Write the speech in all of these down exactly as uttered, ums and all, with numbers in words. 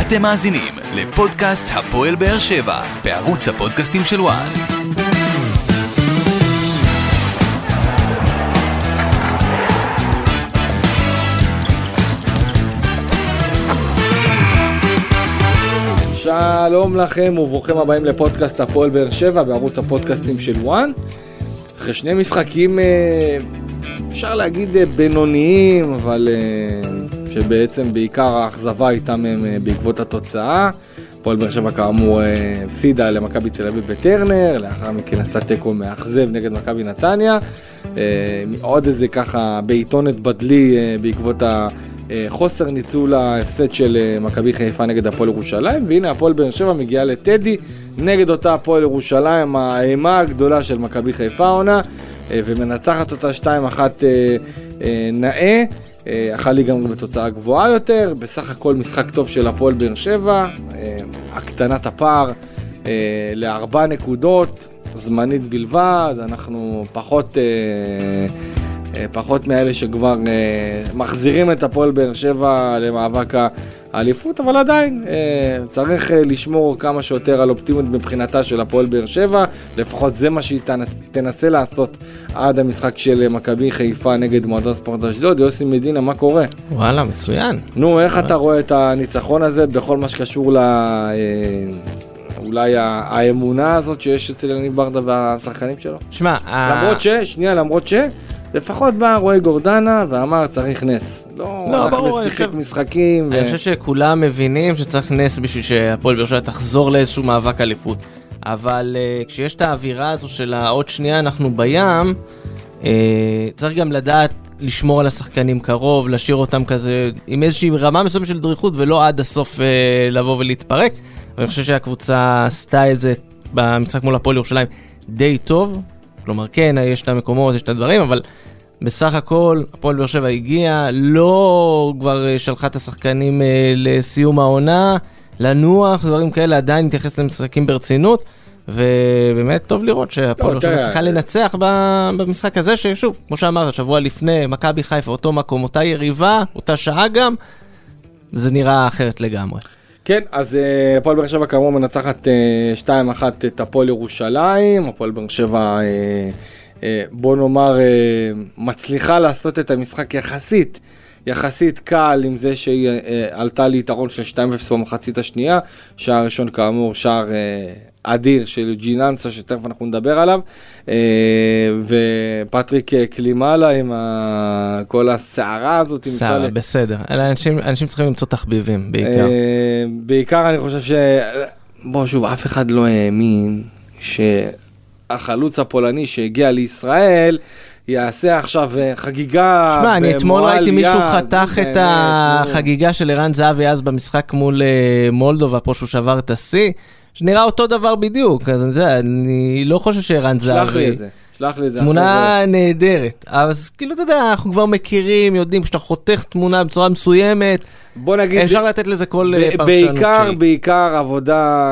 אתם מאזינים לפודקאסט הפועל באר שבע, בערוץ הפודקאסטים של וואן. שלום לכם וברוכים הבאים לפודקאסט הפועל באר שבע בערוץ הפודקאסטים של וואן. אחרי שני משחקים אפשר להגיד בינוניים, אבל שבעצם בעיקר האכזבה הייתה מהם בעקבות התוצאה. הפועל באר שבע כאמור הפסידה למכבי תל אביב בטרנר, לאחר מכן עשתה תיקו מאכזב נגד מכבי נתניה. עוד איזה ככה בעיתונת בדלי בעקבות ה... חוסר ניצול ההפסד של מכבי חיפה נגד הפועל ירושלים, והנה הפועל באר שבע מגיעה לטדי נגד אותה הפועל ירושלים, האימה הגדולה של מכבי חיפה עונה, ומנצחת אותה שתיים אחת נאה, אכל לי גם בתוצאה גבוהה יותר. בסך הכל משחק טוב של הפועל באר שבע, הקטנת הפער לארבע נקודות, זמנית בלבד, אנחנו פחות... פחות מאלה שכבר אה, מחזירים את הפועל באר שבע למאבק האליפות, אבל עדיין אה, צריך אה, לשמור כמה שיותר על אופטימיות מבחינתה של הפועל באר שבע, לפחות זה מה שהיא תנס, תנסה לעשות עד המשחק של מכבי חיפה נגד מועדון ספורט אשדוד. יוסי מדינה, מה קורה? וואלה, מצוין. נו, איך אתה רואה את הניצחון הזה בכל מה שקשור ל... אה, אולי האמונה הזאת שיש אצל יניב ברדה והשחקנים שלו? שמע, למרות ש... שנייה, למרות ש... לפחות בא רועי גורדנה ואמר צריך נס. לא, לא ברור, לשחק חושב... משחקים. אני ו... חושב שכולם מבינים שצריך נס בשביל שהפועל באר שבע תחזור לאיזשהו מאבק אליפות. אבל uh, כשיש את האווירה הזו של העוד שנייה אנחנו בים, uh, צריך גם לדעת לשמור על השחקנים קרוב, להשאיר אותם כזה עם איזושהי רמה מסוימת של דריכות, ולא עד הסוף uh, לבוא ולהתפרק. ואני חושב שהקבוצה עשתה את זה במשחק מול הפועל ירושלים די טוב. כלומר, כן, יש את המקומות, יש את הדברים, אבל בסך הכל, הפועל באר שבע הגיע, לא כבר שלחה את השחקנים אה, לסיום העונה, לנוח, דברים כאלה, עדיין מתייחס למשחקים ברצינות, ובאמת טוב לראות שהפועל באר שבע צריכה לנצח במשחק הזה, ששוב, כמו שאמרת, שבוע לפני, מכבי חיפה, אותו מקום, אותה יריבה, אותה שעה גם, זה נראה אחרת לגמרי. כן, אז הפועל באר שבע כאמור מנצחת שתיים אחת את הפועל ירושלים. הפועל באר שבע, בוא נאמר, מצליחה לעשות את המשחק יחסית, יחסית קל, עם זה שהיא עלתה ליתרון של שתיים אפס במחצית השנייה. שער ראשון כאמור, שער אדיר של ג'יננסה, שתכף אנחנו נדבר עליו, ופטריק קלימאלה עם כל הסערה הזאת. סערה, בסדר. אנשים צריכים למצוא תחביבים, בעיקר. בעיקר אני חושב ש... בוא שוב, אף אחד לא האמין שהחלוץ הפולני שהגיע לישראל יעשה עכשיו חגיגה. שמע, אני אתמול ראיתי מישהו חתך את החגיגה של ערן זהבי אז במשחק מול מולדובה, פה שהוא שבר את השיא. שנראה אותו דבר בדיוק, אז אני לא חושב שערן זהבי... שלח לי את זה, שלח לי את זה. תמונה נהדרת, אז כאילו אתה יודע, אנחנו כבר מכירים, יודעים, כשאתה חותך תמונה בצורה מסוימת, בוא נגיד... אפשר לתת לזה כל פרשנות בעיקר, שהיא. בעיקר עבודה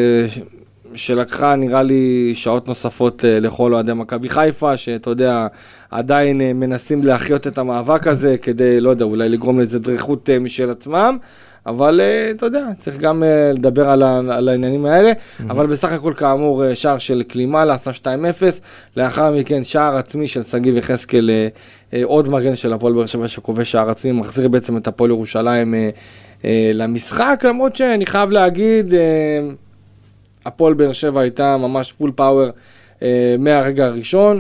שלקחה נראה לי שעות נוספות לכל אוהדי מכבי חיפה, שאתה יודע, עדיין מנסים להחיות את המאבק הזה, כדי, לא יודע, אולי לגרום לזה דריכות משל עצמם, אבל אתה יודע, צריך גם לדבר על, על העניינים האלה, mm-hmm. אבל בסך הכל כאמור שער של קלימאלה, עשה שתיים אפס, לאחר מכן שער עצמי של סגיב יחזקאל, עוד מגן של הפועל באר שבע שכובש שער עצמי, מחזיר בעצם את הפועל ירושלים למשחק, למרות שאני חייב להגיד, הפועל באר שבע הייתה ממש פול פאוור מהרגע הראשון,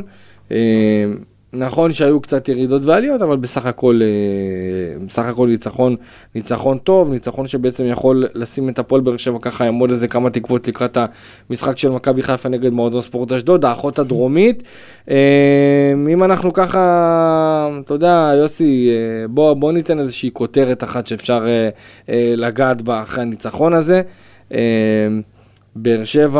נכון שהיו קצת ירידות ועליות, אבל בסך הכל, בסך הכל ניצחון, ניצחון טוב, ניצחון שבעצם יכול לשים את הפועל באר שבע ככה, יעמוד לזה כמה תקוות לקראת המשחק של מכבי חיפה נגד מועדון ספורט אשדוד, האחות הדרומית. אם אנחנו ככה, אתה יודע, יוסי, בוא, בוא ניתן איזושהי כותרת אחת שאפשר לגעת בה אחרי הניצחון הזה. באר שבע,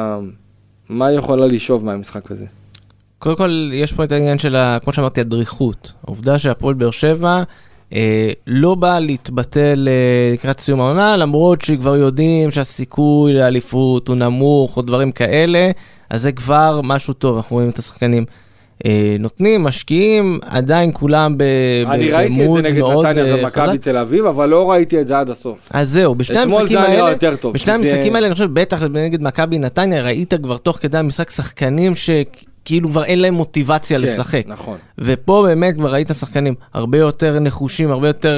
מה יכולה לשאוב מהמשחק הזה? קודם כל, יש פה את העניין של, כמו שאמרתי, הדריכות. העובדה שהפועל באר שבע אה, לא בא להתבטל אה, לקראת סיום העונה, למרות שכבר יודעים שהסיכוי לאליפות הוא נמוך או דברים כאלה, אז זה כבר משהו טוב, אנחנו רואים את השחקנים נותנים, משקיעים, עדיין כולם במוד מאוד... אני ראיתי את זה נגד נתניה ומכבי תל אביב, אבל לא ראיתי את זה עד הסוף. אז זהו, בשני המשחקים האלה, בשני המשחקים האלה, אני חושב, בטח נגד מכבי נתניה, ראית כבר תוך כדי המשחק שחקנים שכאילו כבר אין להם מוטיבציה לשחק. נכון. ופה באמת כבר ראית שחקנים הרבה יותר נחושים, הרבה יותר...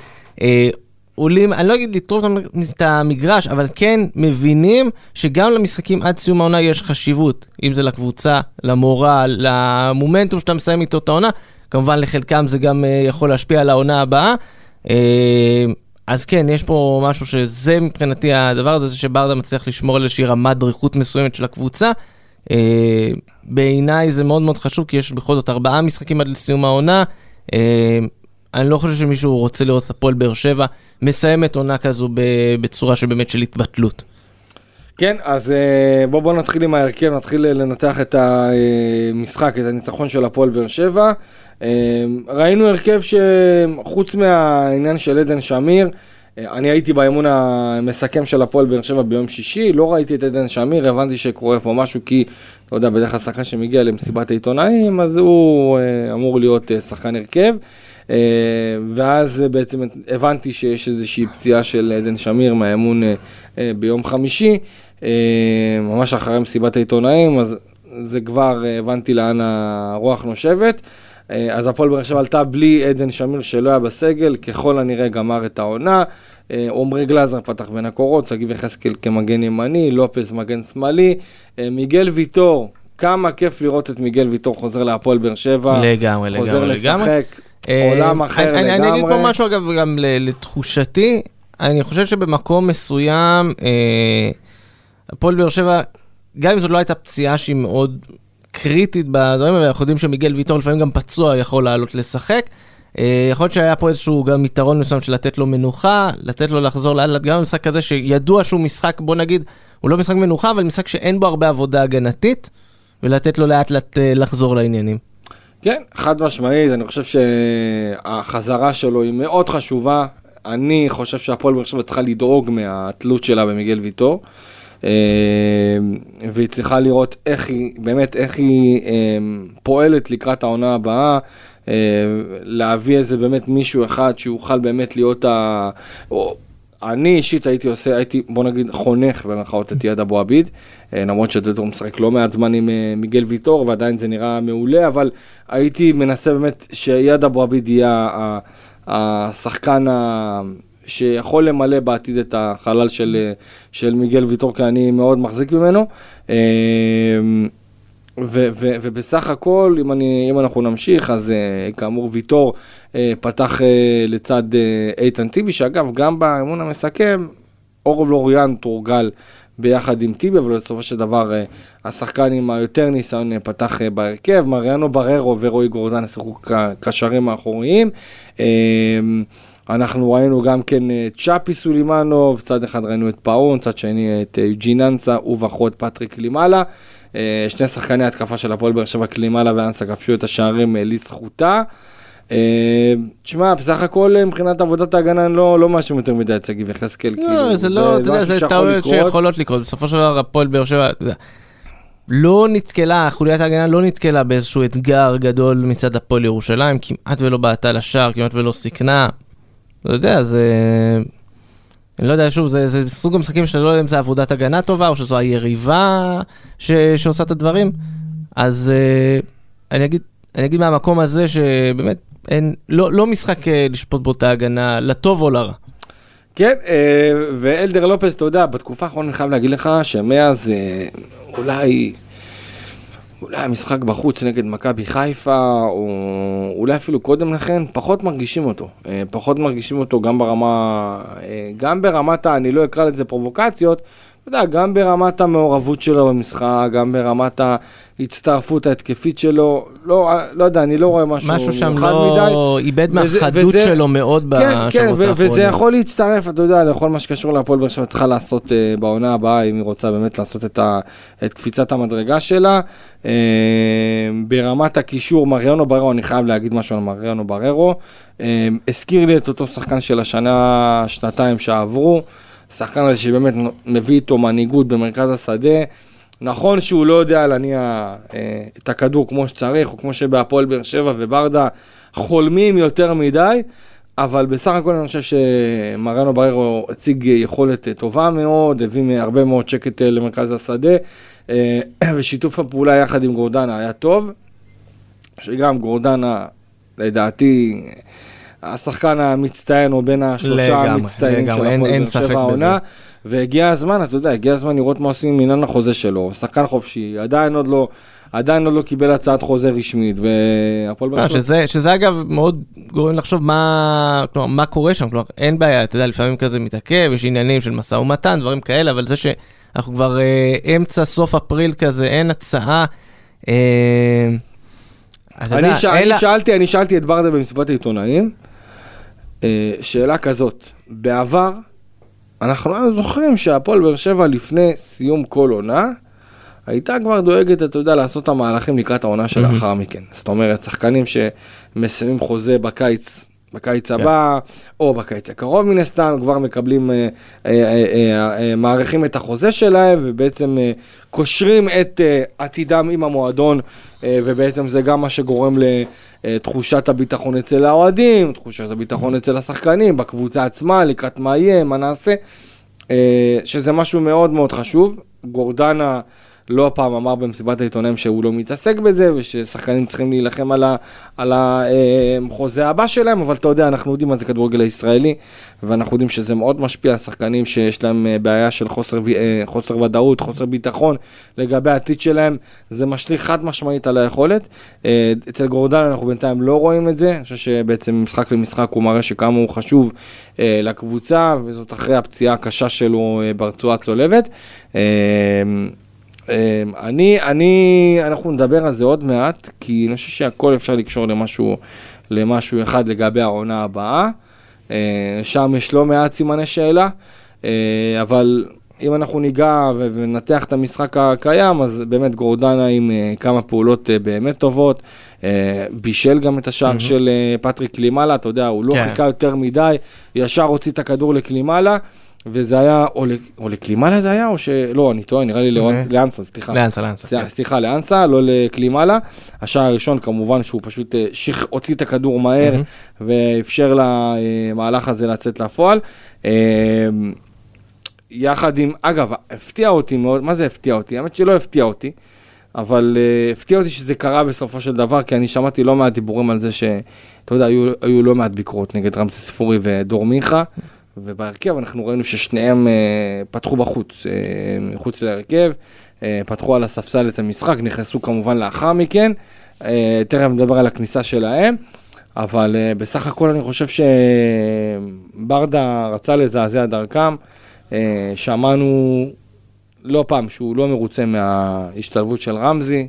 עולים, אני לא אגיד לטרוף את המגרש, אבל כן מבינים שגם למשחקים עד סיום העונה יש חשיבות, אם זה לקבוצה, למורל, למומנטום שאתה מסיים איתו את העונה, כמובן לחלקם זה גם יכול להשפיע על העונה הבאה, אז כן, יש פה משהו שזה מבחינתי הדבר הזה, זה שברדה מצליח לשמור על איזושהי רמת דריכות מסוימת של הקבוצה, בעיניי זה מאוד מאוד חשוב, כי יש בכל זאת ארבעה משחקים עד לסיום העונה, אני לא חושב שמישהו רוצה לראות את הפועל באר שבע, מסיימת עונה כזו בצורה שבאמת של התבטלות. כן, אז בואו בוא נתחיל עם ההרכב, נתחיל לנתח את המשחק, את הניצחון של הפועל באר שבע. ראינו הרכב שחוץ מהעניין של עדן שמיר, אני הייתי באימון המסכם של הפועל באר שבע ביום שישי, לא ראיתי את עדן שמיר, הבנתי שקורה פה משהו, כי אתה יודע, בדרך כלל שחקן שמגיע למסיבת העיתונאים, אז הוא אמור להיות שחקן הרכב. ואז בעצם הבנתי שיש איזושהי פציעה של עדן שמיר מהאמון ביום חמישי, ממש אחרי מסיבת העיתונאים, אז זה כבר הבנתי לאן הרוח נושבת. אז הפועל באר שבע עלתה בלי עדן שמיר שלא היה בסגל, ככל הנראה גמר את העונה. עומרי גלאזר פתח בין הקורות, שגיב יחזקאל כמגן ימני, לופס מגן שמאלי, מיגל ויטור, כמה כיף לראות את מיגל ויטור חוזר להפועל באר שבע, לגמרי, לגמרי, חוזר לשחק. עולם אחר לגמרי. אני אגיד פה משהו אגב גם לתחושתי, אני חושב שבמקום מסוים, הפועל באר שבע, גם אם זאת לא הייתה פציעה שהיא מאוד קריטית בדברים, אבל אנחנו יודעים שמיגל ויטור לפעמים גם פצוע יכול לעלות לשחק, יכול להיות שהיה פה איזשהו גם יתרון מסוים של לתת לו מנוחה, לתת לו לחזור לאט, גם במשחק כזה שידוע שהוא משחק, בוא נגיד, הוא לא משחק מנוחה, אבל משחק שאין בו הרבה עבודה הגנתית, ולתת לו לאט לאט לחזור לעניינים. כן, חד משמעית, אני חושב שהחזרה שלו היא מאוד חשובה, אני חושב שהפועל באר שבע צריכה לדאוג מהתלות שלה במיגל ויטור, והיא צריכה לראות איך היא, באמת איך היא פועלת לקראת העונה הבאה, להביא איזה באמת מישהו אחד שיוכל באמת להיות ה... אני אישית הייתי עושה, הייתי בוא נגיד חונך במרכאות את יד אבו עביד, למרות שדדור משחק לא מעט זמן עם מיגל ויטור ועדיין זה נראה מעולה, אבל הייתי מנסה באמת שיד אבו עביד יהיה השחקן שיכול למלא בעתיד את החלל של, של מיגל ויטור, כי אני מאוד מחזיק ממנו. ו- ו- ובסך הכל, אם, אני, אם אנחנו נמשיך, אז uh, כאמור ויטור uh, פתח uh, לצד uh, איתן טיבי, שאגב גם באימון המסכם, אור לוריאן תורגל ביחד עם טיבי, אבל בסופו של דבר uh, השחקן עם היותר ניסיון uh, פתח uh, בהרכב, מריאנו בררו ורועי גורדן שיחקו קשרים האחוריים, uh, אנחנו ראינו גם כן את צ'אפי סולימנוב, צד אחד ראינו את פאון, צד שני את ג'יננסה ובחוד פטריק לימאלה, שני שחקני התקפה של הפועל באר שבע קלימאלה ואנסה כבשו את השערים לזכותה. תשמע, בסך הכל מבחינת עבודת ההגנה לא לא משהו יותר מדי שגיב יחזקאל, לא, זה לא, אתה יודע, זה טעויות שיכולות לקרות. בסופו של דבר הפועל באר שבע לא נתקלה, חוליית ההגנה לא נתקלה באיזשהו אתגר גדול מצד הפועל ירושלים, כמעט ולא בעטה לשער, כמעט ולא סיכנה. אתה יודע, זה... אני לא יודע, שוב, זה, זה סוג המשחקים שאני לא יודע אם זה עבודת הגנה טובה, או שזו היריבה ש, שעושה את הדברים. אז uh, אני אגיד, אני אגיד מהמקום הזה שבאמת אין, לא, לא משחק uh, לשפוט בו את ההגנה, לטוב או לרע. כן, uh, ואלדר לופס, אתה יודע, בתקופה האחרונה אני חייב להגיד לך שמאז uh, אולי... אולי המשחק בחוץ נגד מכבי חיפה, או אולי אפילו קודם לכן, פחות מרגישים אותו. פחות מרגישים אותו גם ברמה, גם ברמת, אני לא אקרא לזה פרובוקציות, אתה יודע, גם ברמת המעורבות שלו במשחק, גם ברמת ההצטרפות ההתקפית שלו, לא, לא יודע, אני לא רואה משהו, משהו שם לא איבד מהחדות שלו מאוד בשבועות האחרונים. כן, וזה יכול להצטרף, אתה יודע, לכל מה שקשור להפועל באר שבע צריכה לעשות בעונה הבאה, אם היא רוצה באמת לעשות את קפיצת המדרגה שלה. ברמת הקישור, מריאנו בררו, אני חייב להגיד משהו על מריאנו בררו, הזכיר לי את אותו שחקן של השנה, שנתיים שעברו, שחקן הזה שבאמת מביא איתו מנהיגות במרכז השדה, נכון שהוא לא יודע להניע אה, את הכדור כמו שצריך, או כמו שבהפועל באר שבע וברדה חולמים יותר מדי, אבל בסך הכל אני חושב שמריאנו בררו הציג יכולת טובה מאוד, הביא הרבה מאוד שקט למרכז השדה, אה, ושיתוף הפעולה יחד עם גורדנה היה טוב, שגם גורדנה, לדעתי, השחקן המצטיין או בין השלושה המצטיינים של הפועל באר שבע העונה, והגיע הזמן, אתה יודע, הגיע הזמן לראות מה עושים מינן החוזה שלו, שחקן חופשי, עדיין עוד לא, עדיין עוד לא קיבל הצעת חוזה רשמית, והפועל באר שבע... שזה, שזה אגב מאוד גורם לחשוב מה, כלומר, מה קורה שם, כלומר, אין בעיה, אתה יודע, לפעמים כזה מתעכב, יש עניינים של משא ומתן, דברים כאלה, אבל זה שאנחנו כבר אה, אמצע, סוף אפריל כזה, אין הצעה, אה, אני, ש... אני, שאלתי, אני שאלתי את ברדה במסיבת העיתונאים, שאלה כזאת, בעבר, אנחנו זוכרים שהפועל באר שבע לפני סיום כל עונה, הייתה כבר דואגת, אתה יודע, לעשות את המהלכים לקראת העונה שלאחר מכן. זאת אומרת, שחקנים שמסיימים חוזה בקיץ, בקיץ הבא, או בקיץ הקרוב מן הסתם, כבר מקבלים, מעריכים את החוזה שלהם, ובעצם קושרים את עתידם עם המועדון, ובעצם זה גם מה שגורם לתחושת הביטחון אצל האוהדים, תחושת הביטחון אצל השחקנים, בקבוצה עצמה, לקראת מה יהיה, מה נעשה, שזה משהו מאוד מאוד חשוב. גורדנה לא הפעם אמר במסיבת העיתונאים שהוא לא מתעסק בזה, וששחקנים צריכים להילחם על, ה, על החוזה הבא שלהם, אבל אתה יודע, אנחנו יודעים מה זה כדורגל הישראלי, ואנחנו יודעים שזה מאוד משפיע על שחקנים שיש להם בעיה של חוסר, חוסר ודאות, חוסר ביטחון לגבי העתיד שלהם, זה משליך חד משמעית על היכולת. אצל גורדן אנחנו בינתיים לא רואים את זה, אני חושב שבעצם משחק למשחק הוא מראה שכמה הוא חשוב לקבוצה, וזאת אחרי הפציעה הקשה שלו ברצועה צולבת. אני, אני, אנחנו נדבר על זה עוד מעט, כי אני חושב שהכל אפשר לקשור למשהו, למשהו אחד לגבי העונה הבאה. שם יש לא מעט סימני שאלה, אבל אם אנחנו ניגע ונתח את המשחק הקיים, אז באמת גורדנה עם כמה פעולות באמת טובות, בישל גם את השער של פטריק קלימאלה, אתה יודע, הוא לא חיכה יותר מדי, ישר הוציא את הכדור לקלימאלה, וזה היה, או לקלימאלה זה היה, או שלא, אני טועה, נראה לי לאנסה, סליחה. לאנסה, לאנסה. סליחה, לאנסה, לא לקלימאלה. השער הראשון, כמובן, שהוא פשוט הוציא את הכדור מהר, ואפשר למהלך הזה לצאת לפועל. יחד עם, אגב, הפתיע אותי מאוד, מה זה הפתיע אותי? האמת שלא הפתיע אותי, אבל הפתיע אותי שזה קרה בסופו של דבר, כי אני שמעתי לא מעט דיבורים על זה שאתה יודע, היו לא מעט ביקורות נגד רמזי ספורי ודור מיכה, ובהרכב אנחנו ראינו ששניהם פתחו בחוץ, מחוץ להרכב, פתחו על הספסל את המשחק, נכנסו כמובן לאחר מכן, תכף נדבר על הכניסה שלהם, אבל בסך הכל אני חושב שברדה רצה לזעזע דרכם, שמענו לא פעם שהוא לא מרוצה מההשתלבות של רמזי,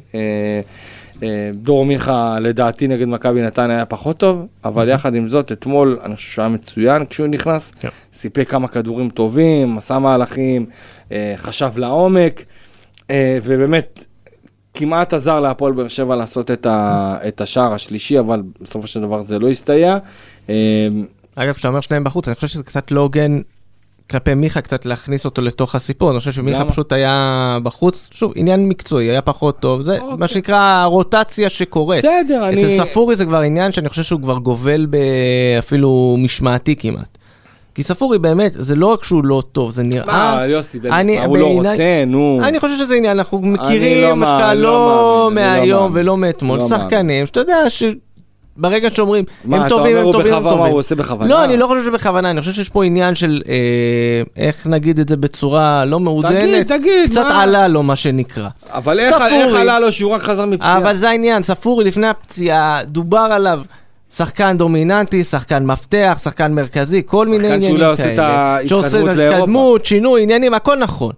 דור מיכה לדעתי נגד מכבי נתניה היה פחות טוב, אבל יחד עם זאת אתמול אני חושב שהוא היה מצוין כשהוא נכנס, סיפק כמה כדורים טובים, עשה מהלכים, חשב לעומק, ובאמת כמעט עזר להפועל באר שבע לעשות את השער השלישי, אבל בסופו של דבר זה לא הסתייע. אגב, כשאתה אומר שניים בחוץ, אני חושב שזה קצת לא הוגן כלפי מיכה קצת להכניס אותו לתוך הסיפור, אני חושב שמיכה פשוט היה בחוץ, שוב, עניין מקצועי, היה פחות טוב, זה מה שנקרא רוטציה שקורית. בסדר, אני... אצל ספורי זה כבר עניין שאני חושב שהוא כבר גובל אפילו משמעתי כמעט. כי ספורי באמת, זה לא רק שהוא לא טוב, זה נראה... מה, יוסי, באמת, הוא לא רוצה, נו... אני חושב שזה עניין, אנחנו מכירים, משקע לא מהיום ולא מאתמול, שחקנים, שאתה יודע ש... ברגע שאומרים, הם טובים, הם טובים, הם טובים. הוא עושה בכוונה? לא, אני לא חושב שבכוונה, אני חושב שיש פה עניין של, איך נגיד את זה בצורה לא מעודנת. תגיד, תגיד. קצת עלה לו, מה שנקרא. אבל איך עלה לו שהוא רק חזר מפציעה? אבל זה העניין, ספורי לפני הפציעה, דובר עליו, שחקן דומיננטי, שחקן מפתח, שחקן מרכזי, כל מיני עניינים כאלה. שחקן שאולי עושה את ההתקדמות לאירופה. שעושה התקדמות, שינוי, עניינים, הכל נכון.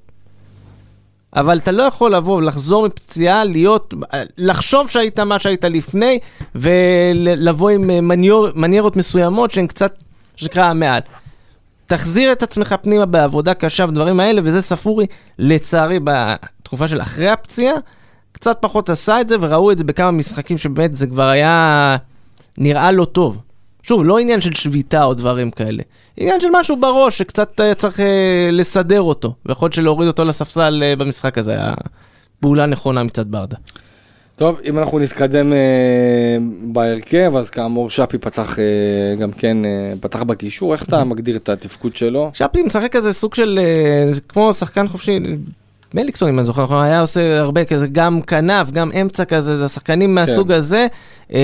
אבל אתה לא יכול לבוא ולחזור מפציעה, להיות, לחשוב שהיית מה שהיית לפני, ולבוא עם מניור, מניירות מסוימות שהן קצת, שקרה מעל. תחזיר את עצמך פנימה בעבודה קשה בדברים האלה, וזה ספורי, לצערי, בתקופה של אחרי הפציעה, קצת פחות עשה את זה, וראו את זה בכמה משחקים שבאמת זה כבר היה נראה לא טוב. שוב, לא עניין של שביתה או דברים כאלה. עניין של משהו בראש שקצת צריך לסדר אותו. ויכול להיות שלהוריד אותו לספסל במשחק הזה היה פעולה נכונה מצד ברדה. טוב, אם אנחנו נתקדם אה, בהרכב, אז כאמור שפי פתח אה, גם כן, אה, פתח בקישור, איך אתה מגדיר את התפקוד שלו? שפי משחק כזה סוג של, אה, כמו שחקן חופשי, מליקסון אם אני זוכר, היה עושה הרבה כזה, גם כנף, גם אמצע כזה, זה שחקנים מהסוג הזה, אה,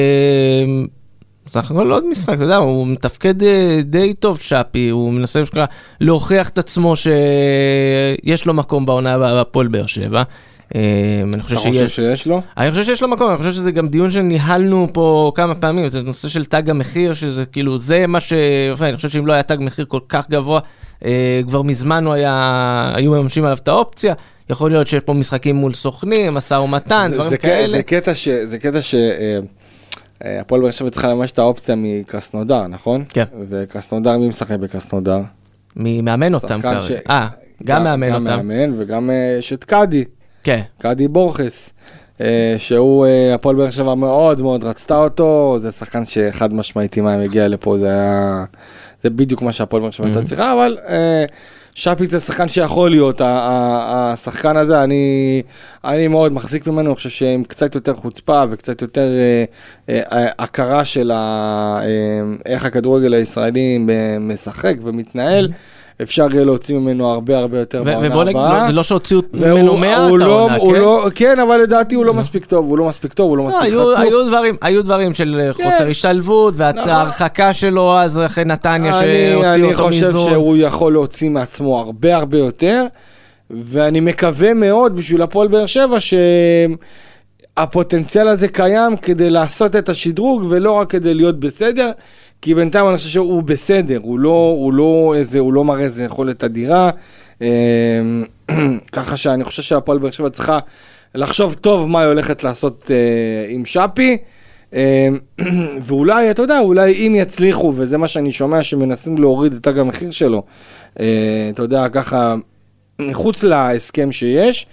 סך הכל עוד משחק, אתה יודע, הוא מתפקד די טוב שפי, הוא מנסה להוכיח את עצמו שיש לו מקום בעונה בפועל באר שבע. אתה חושב שיש לו? אני חושב שיש לו מקום, אני חושב שזה גם דיון שניהלנו פה כמה פעמים, זה נושא של תג המחיר, שזה כאילו, זה מה ש... אני חושב שאם לא היה תג מחיר כל כך גבוה, כבר מזמן היו ממשים עליו את האופציה, יכול להיות שיש פה משחקים מול סוכנים, משא ומתן, דברים כאלה. זה קטע ש... הפועל באר שבע צריכה לממש את האופציה מקרסנודר, נכון? כן. וקרסנודר, מי משחק בקרסנודר? מי מאמן אותם כרגע. אה, גם מאמן אותם. גם מאמן, וגם יש את קאדי. כן. קאדי בורכס, שהוא, הפועל באר שבע מאוד מאוד רצתה אותו, זה שחקן שחד משמעיתי מה הגיע לפה, זה היה, זה בדיוק מה שהפועל באר שבע הייתה צריכה, אבל שפי זה שחקן שיכול להיות, השחקן הזה, אני, אני מאוד מחזיק ממנו, אני חושב שעם קצת יותר חוצפה וקצת יותר הכרה של איך הכדורגל הישראלי משחק ומתנהל, אפשר יהיה להוציא ממנו הרבה הרבה יותר בעונה הבאה. זה לא שהוציאו ממנו מאה את העונה, כן? כן, אבל לדעתי הוא לא מספיק טוב, הוא לא מספיק טוב, הוא לא מספיק חצוף. היו דברים של חוסר השתלבות, וההרחקה שלו אז אחרי נתניה שהוציאו אותו מזון. אני חושב שהוא יכול להוציא מעצמו הרבה הרבה יותר, ואני מקווה מאוד בשביל הפועל באר שבע שהפוטנציאל הזה קיים כדי לעשות את השדרוג, ולא רק כדי להיות בסדר, כי בינתיים אני חושב שהוא בסדר, הוא לא, הוא לא איזה, הוא לא מראה איזה יכולת אדירה, ככה שאני חושב שהפועל באר שבע צריכה לחשוב טוב מה היא הולכת לעשות עם שפי, ואולי, אתה יודע, אולי אם יצליחו, וזה מה שאני שומע, שמנסים להוריד את תג המחיר שלו, אתה יודע, ככה, מחוץ להסכם שיש,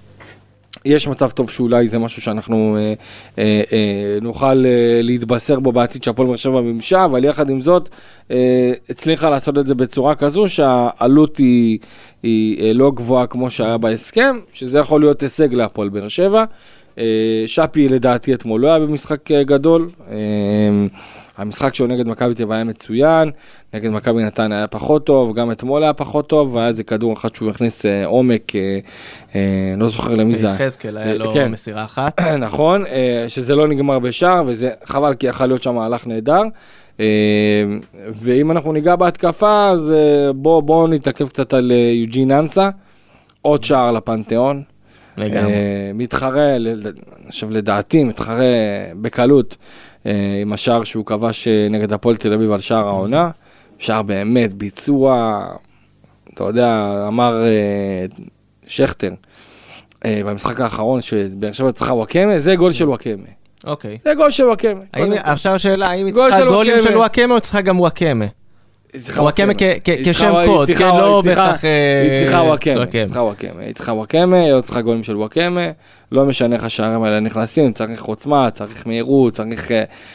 יש מצב טוב שאולי זה משהו שאנחנו אה, אה, אה, נוכל אה, להתבשר בו בעתיד שהפועל באר שבע ממשע, אבל יחד עם זאת אה, הצליחה לעשות את זה בצורה כזו שהעלות היא, היא אה, לא גבוהה כמו שהיה בהסכם, שזה יכול להיות הישג להפועל באר שבע. אה, שפי לדעתי אתמול לא היה במשחק אה, גדול, אה, המשחק שהוא נגד מכבי תל אביב היה מצוין, נגד מכבי נתניה היה פחות טוב, גם אתמול היה פחות טוב, והיה איזה כדור אחד שהוא הכניס אה, עומק, אה, אה, לא זוכר למי זה. חזקאל היה לו כן. מסירה אחת. נכון, אה, שזה לא נגמר בשער, וזה חבל כי יכול להיות שם מהלך נהדר. אה, ואם אנחנו ניגע בהתקפה, אז אה, בואו בוא נתעכב קצת על אה, יוג'ין אנסה, עוד שער לפנתיאון. לגמרי. אה, מתחרה, עכשיו לדעתי, מתחרה בקלות, עם השער שהוא כבש נגד הפועל תל אביב על שער העונה, שער באמת ביצוע, אתה יודע, אמר שכטר, במשחק האחרון שבאר שבע צריכה וואקמה, זה גול של וואקמה. אוקיי. זה גול של וואקמה. עכשיו השאלה, האם היא צריכה גולים של וואקמה או צריכה גם וואקמה? וואקמה כשם קוד, כן, לא בהכרח... היא צריכה וואקמה, היא צריכה וואקמה, היא צריכה גולים של וואקמה, לא משנה איך השערים האלה נכנסים, צריך עוצמה, צריך מהירות, צריך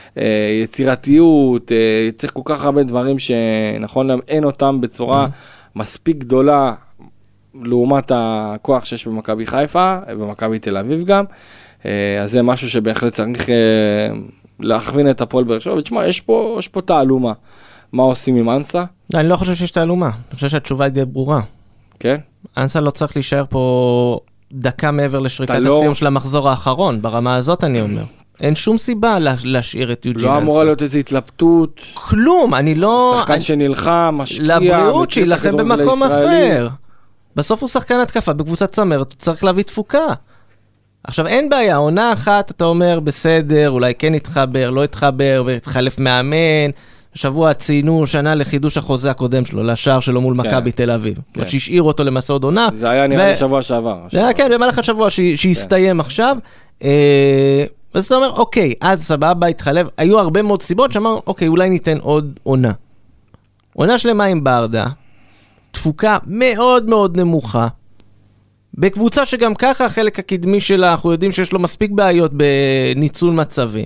יצירתיות, צריך כל כך הרבה דברים שנכון להם, אין אותם בצורה מספיק גדולה, לעומת הכוח שיש במכבי חיפה, במכבי תל אביב גם, אז זה משהו שבהחלט צריך להכווין את הפועל באר שבע, ותשמע, יש פה תעלומה. מה עושים עם אנסה? אני לא חושב שיש תעלומה, אני חושב שהתשובה היא די ברורה. כן? אנסה לא צריך להישאר פה דקה מעבר לשריקת הסיום של המחזור האחרון, ברמה הזאת אני אומר. אין שום סיבה להשאיר את יוג'ין אנסה. לא אמורה להיות איזו התלבטות. כלום, אני לא... שחקן שנלחם, משקיע. לבריאות שילחם במקום אחר. בסוף הוא שחקן התקפה בקבוצת צמרת, הוא צריך להביא תפוקה. עכשיו אין בעיה, עונה אחת אתה אומר בסדר, אולי כן יתחבר, לא יתחבר, יתחלף מאמן. שבוע ציינו שנה לחידוש החוזה הקודם שלו, לשער שלו מול מכבי תל אביב. שהשאיר אותו למסעות עונה. זה היה נראה לשבוע שעבר. זה היה כן, במהלך השבוע שהסתיים עכשיו. אז אתה אומר, אוקיי, אז סבבה, התחלף. היו הרבה מאוד סיבות שאמר, אוקיי, אולי ניתן עוד עונה. עונה שלמה עם ברדה, תפוקה מאוד מאוד נמוכה, בקבוצה שגם ככה החלק הקדמי שלה, אנחנו יודעים שיש לו מספיק בעיות בניצול מצבים.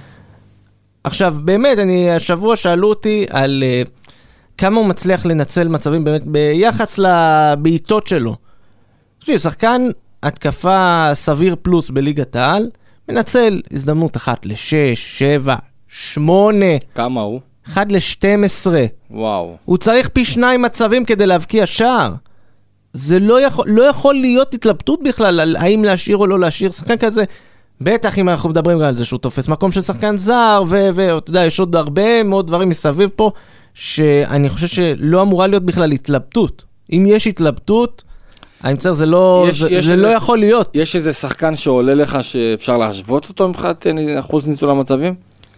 עכשיו, באמת, אני, השבוע שאלו אותי על uh, כמה הוא מצליח לנצל מצבים באמת ביחס לבעיטות שלו. תקשיב, שחקן התקפה סביר פלוס בליגת העל, מנצל הזדמנות אחת לשש, שבע, שמונה. כמה הוא? אחד ל-שתים עשרה. וואו. הוא צריך פי שניים מצבים כדי להבקיע שער. זה לא יכול, לא יכול להיות התלבטות בכלל על האם להשאיר או לא להשאיר שחקן כזה. בטח אם אנחנו מדברים על זה שהוא תופס מקום של שחקן זר, ואתה יודע, יש עוד הרבה מאוד דברים מסביב פה, שאני חושב שלא אמורה להיות בכלל התלבטות. אם יש התלבטות, אני מצטער, זה לא, יש, זה, יש זה איזה, לא יכול להיות. יש איזה שחקן שעולה לך שאפשר להשוות אותו מבחינת אחוז ניצול המצבים?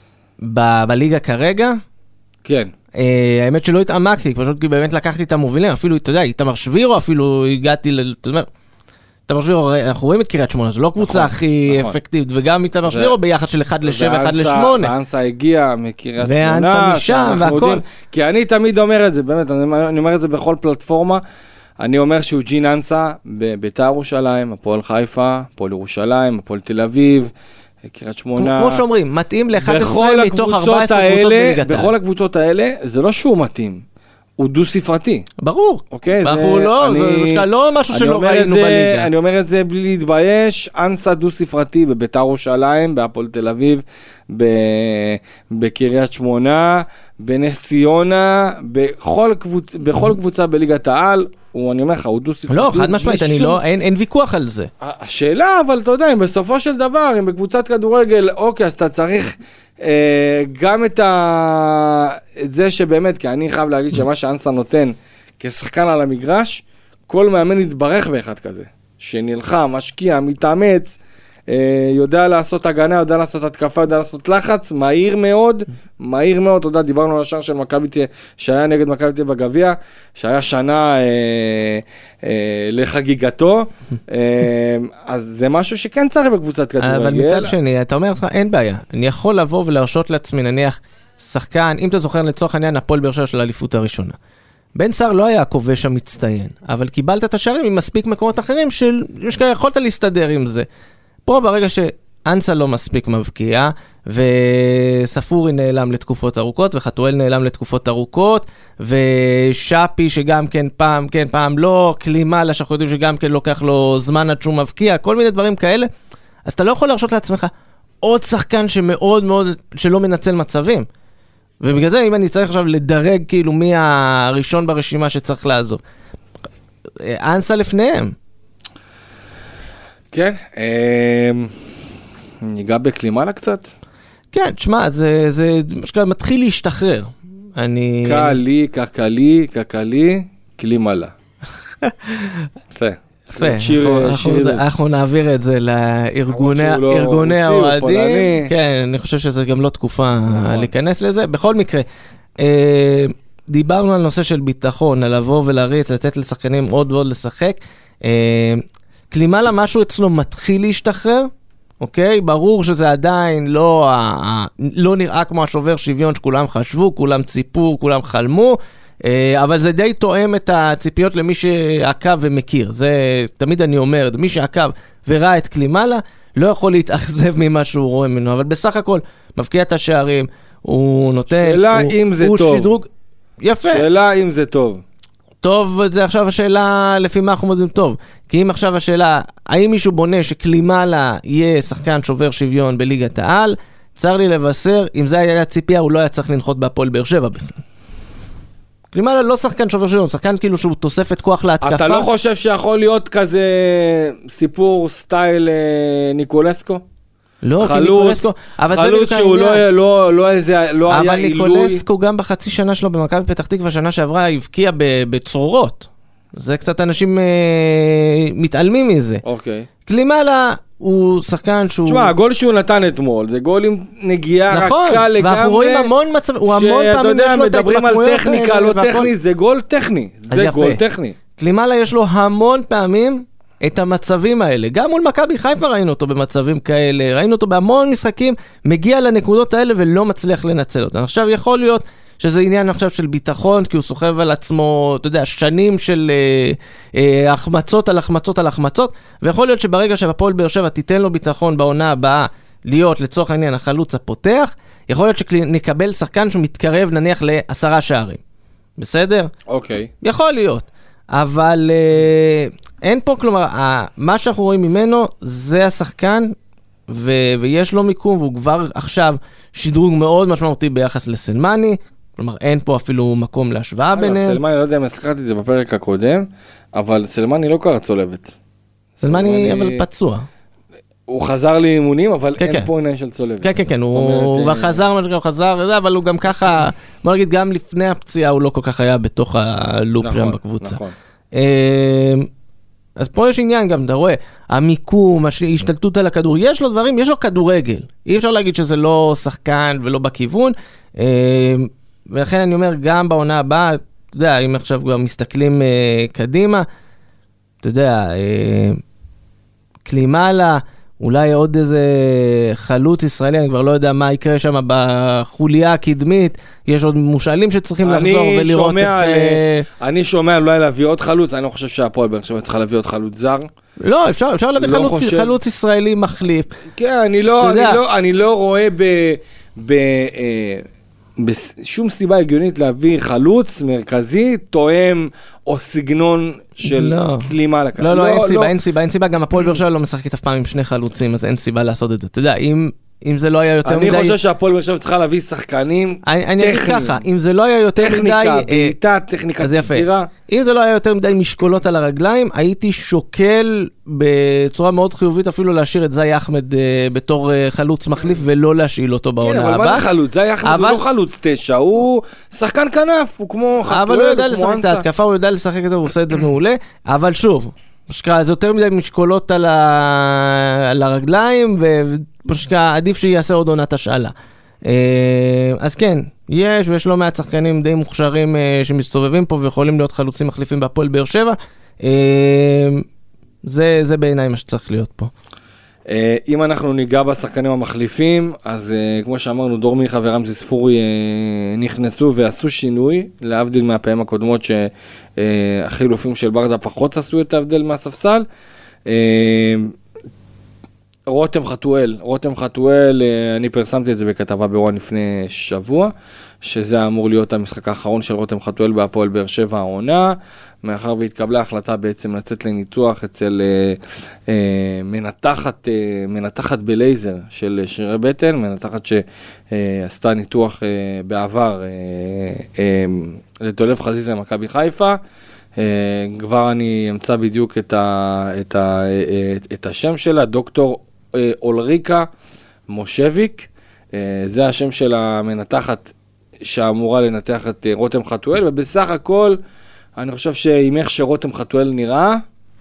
ב- בליגה כרגע? כן. אה, האמת שלא התעמקתי, פשוט כי באמת לקחתי את המובילים, אפילו, אתה יודע, איתמר שבירו, אפילו הגעתי, ל- אתה יודע, איתמר שבירו, אנחנו רואים את קריית שמונה, זו לא קבוצה נכון, הכי נכון. איתמר וגם איתמר שבירו ביחד של אחד לשבע, אחד לשמונה. ואנסה הגיע מקריית שמונה. ואנסה משם והכל. כי אני תמיד אומר את זה, באמת, אני, אני אומר את זה בכל פלטפורמה, אני אומר שהוא ג'ין אנסה בבית"ר ירושלים, הפועל חיפה, הפועל ירושלים, הפועל תל אביב, קריית שמונה. כמו שאומרים, מתאים ל-אחת עשרה מתוך ארבע עשרה האלה, קבוצות בליגת העל. בכל הקבוצות האלה, זה לא שהוא מתאים, הוא דו ספרתי. ברור. אוקיי, אנחנו זה, לא, אני, זה משקע, לא משהו שלא ראינו זה, בליגה. אני אומר את זה בלי להתבייש, אנסה דו ספרתי בבית"ר ירושלים, בהפועל תל אביב, ב, בקריית שמונה, בנס ציונה, בכל קבוצה, בכל קבוצה בליגת העל, הוא, אני אומר לך, הוא דו ספרתי. לא, חד משמעית, אני לא, אין, אין ויכוח על זה. השאלה, אבל אתה יודע, אם בסופו של דבר, אם בקבוצת כדורגל, אוקיי, אז אתה צריך אה, גם את, ה... את זה שבאמת, כי אני חייב להגיד שמה שאנסה נותן כשחקן על המגרש, כל מאמן יתברך באחד כזה, שנלחם, משקיע, מתאמץ, אה, יודע לעשות הגנה, יודע לעשות התקפה, יודע לעשות לחץ, מהיר מאוד, מהיר מאוד, אתה יודע, דיברנו על השער של מכבי תל אביב, שהיה נגד מכבי תל אביב בגביע, שהיה שנה אה, אה, לחגיגתו, אה, אז זה משהו שכן צריך בקבוצת כדורגל. אבל מצד שני, אתה אומר לך, אין בעיה, אני יכול לבוא ולהרשות לעצמי, נניח, שחקן, אם אתה זוכר לצורך העניין, הפועל באר שבע של האליפות הראשונה. בן סער לא היה הכובש המצטיין, אבל קיבלת את השערים עם מספיק מקומות אחרים, שיכולת להסתדר עם זה. פה ברגע שאנסה לא מספיק מבקיע, וספורי נעלם לתקופות ארוכות, וחתואל נעלם לתקופות ארוכות, ושאפי שגם כן פעם, כן פעם לא, קלימה שאנחנו יודעים שגם כן לוקח לו זמן עד שהוא מבקיע, כל מיני דברים כאלה, אז אתה לא יכול להרשות לעצמך עוד שחקן שמאוד מאוד, שלא מנצל מצבים. ובגלל זה אם אני צריך עכשיו לדרג כאילו מי הראשון ברשימה שצריך לעזוב. אנסה לפניהם. כן, ניגע בקלימלה קצת? כן, תשמע, זה, זה משקל מתחיל להשתחרר. אני... קלי, קקלי, קקלי, קלימלה. יפה. יפה, אנחנו נעביר את זה לארגוני האוהדים. כן, אני חושב שזה גם לא תקופה להיכנס לזה. בכל מקרה, דיברנו על נושא של ביטחון, על לבוא ולהריץ, לתת לשחקנים עוד ועוד לשחק. קלימלה, משהו אצלו מתחיל להשתחרר, אוקיי? ברור שזה עדיין לא, לא נראה כמו השובר שוויון שכולם חשבו, כולם ציפו, כולם חלמו, אבל זה די תואם את הציפיות למי שעקב ומכיר. זה תמיד אני אומר, מי שעקב וראה את קלימלה, לא יכול להתאכזב ממה שהוא רואה ממנו, אבל בסך הכל, מבקיע את השערים, הוא נותן... שאלה הוא, אם זה הוא טוב. שדרוג... יפה. שאלה אם זה טוב. טוב, זה עכשיו השאלה לפי מה אנחנו מודדים טוב. כי אם עכשיו השאלה, האם מישהו בונה שקלימלה יהיה שחקן שובר שוויון בליגת העל, צר לי לבשר, אם זה היה ציפייה, הוא לא היה צריך לנחות בהפועל באר שבע בכלל. קלימלה לא שחקן שובר שוויון, שחקן כאילו שהוא תוספת כוח להתקפה. אתה לא חושב שיכול להיות כזה סיפור סטייל ניקולסקו? לא, כי ניקולסקו, חלוץ שהוא לא, לא, לא איזה, לא היה עילוי. אבל ניקולסקו גם בחצי שנה שלו במכבי פתח תקווה, שנה שעברה הבקיע בצרורות. זה קצת אנשים אה, מתעלמים מזה. אוקיי. קלימלה הוא שחקן שהוא... תשמע, הגול שהוא נתן אתמול, זה גול עם נגיעה נכון, רכה לגמרי. ואנחנו רואים המון מצב, הוא המון פעמים יש לו את ההתפתחויות. מדברים על טכניקה, לא טכני, זה גול טכני. זה גול טכני. קלימלה יש לו המון פעמים את המצבים האלה. גם מול מכבי חיפה ראינו אותו במצבים כאלה, ראינו אותו בהמון משחקים, מגיע לנקודות האלה ולא מצליח לנצל אותן. עכשיו יכול להיות שזה עניין עכשיו של ביטחון, כי הוא סוחב על עצמו, אתה יודע, שנים של אה, אה, החמצות על החמצות על החמצות, ויכול להיות שברגע שהפועל באר שבע תיתן לו ביטחון בעונה הבאה, להיות לצורך העניין החלוץ הפותח, יכול להיות שנקבל שחקן שמתקרב נניח לעשרה שערים. בסדר? אוקיי. יכול להיות. אבל... אה, אין פה, כלומר, מה שאנחנו רואים ממנו, זה השחקן, ויש לו מיקום, והוא כבר עכשיו שדרוג מאוד משמעותי ביחס לסלמני, כלומר, אין פה אפילו מקום להשוואה ביניהם. סלמני, לא יודע אם הזכרתי את זה בפרק הקודם, אבל סלמני לא קרא צולבת. סלמני אבל פצוע. הוא חזר לאימונים, אבל אין פה עניין של צולבת. כן, כן, כן, הוא חזר, מה שגם חזר, אבל הוא גם ככה, בוא נגיד, גם לפני הפציעה הוא לא כל כך היה בתוך הלופ שם בקבוצה. נכון. אז פה יש עניין גם, אתה רואה, המיקום, ההשתלטות על הכדור, יש לו דברים, יש לו כדורגל. אי אפשר להגיד שזה לא שחקן ולא בכיוון, ולכן אני אומר, גם בעונה הבאה, אתה יודע, אם עכשיו כבר מסתכלים קדימה, אתה יודע, קלימאלה, אולי עוד איזה חלוץ ישראלי, אני כבר לא יודע מה יקרה שם בחוליה הקדמית, יש עוד מושאלים שצריכים לחזור ולראות איך... אני שומע אולי להביא עוד חלוץ, אני לא חושב שהפועל באר שבע צריכה להביא עוד חלוץ זר. לא, אפשר, אפשר להביא לא חלוץ, חושב... חלוץ ישראלי מחליף. כן, אני לא, אני לא, אני לא רואה ב... ב אה, בשום סיבה הגיונית להביא חלוץ מרכזי, תואם או סגנון של קלימה לכאן. לא, לא, אין סיבה, אין סיבה, אין סיבה, גם הפועל באר שבע לא משחקת אף פעם עם שני חלוצים, אז אין סיבה לעשות את זה. אתה יודע, אם אם זה לא היה יותר מדי... אני חושב שהפועל באר שבע צריכה להביא שחקנים טכניים. אני אגיד ככה, אם זה לא היה יותר מדי... טכניקה, בעיטה, טכניקת מסירה. אם זה לא היה יותר מדי משקולות על הרגליים, הייתי שוקל בצורה מאוד חיובית אפילו להשאיר את זי אחמד בתור חלוץ מחליף ולא להשאיל אותו בעונה הבאה. כן, אבל מה זה חלוץ? זי אחמד הוא לא חלוץ תשע, הוא שחקן כנף, הוא כמו חתואל, אבל הוא יודע לשחק את ההתקפה, הוא יודע לשחק את זה, הוא עושה את זה מעולה, אבל שוב, משקע, זה יותר מדי משקולות על, ה... על הרגליים, ומשקע, עדיף שיעשה עוד עונת השאלה. אז כן, יש, ויש לא מעט שחקנים די מוכשרים שמסתובבים פה, ויכולים להיות חלוצים מחליפים בהפועל באר שבע. זה, זה בעיניי מה שצריך להיות פה. אם אנחנו ניגע בשחקנים המחליפים, אז כמו שאמרנו, דור מיכה ורמזי ספורי נכנסו ועשו שינוי, להבדיל מהפעמים הקודמות שהחילופים של ברדה פחות עשו את ההבדל מהספסל. רותם חתואל, רותם חתואל, אני פרסמתי את זה בכתבה בוואן לפני שבוע, שזה אמור להיות המשחק האחרון של רותם חתואל בהפועל באר שבע העונה, מאחר והתקבלה החלטה בעצם לצאת לניתוח אצל אה, אה, מנתחת, אה, מנתחת בלייזר של שרירי בטן, מנתחת שעשתה אה, ניתוח אה, בעבר אה, אה, לדולב חזיזה מכבי חיפה, אה, כבר אני אמצא בדיוק את, ה, את, ה, את, את השם שלה, דוקטור אה, אולריקה מושביק, אה, זה השם של המנתחת שאמורה לנתח את אה, רותם חתואל, ובסך הכל אני חושב שאם איך שרותם חתואל נראה,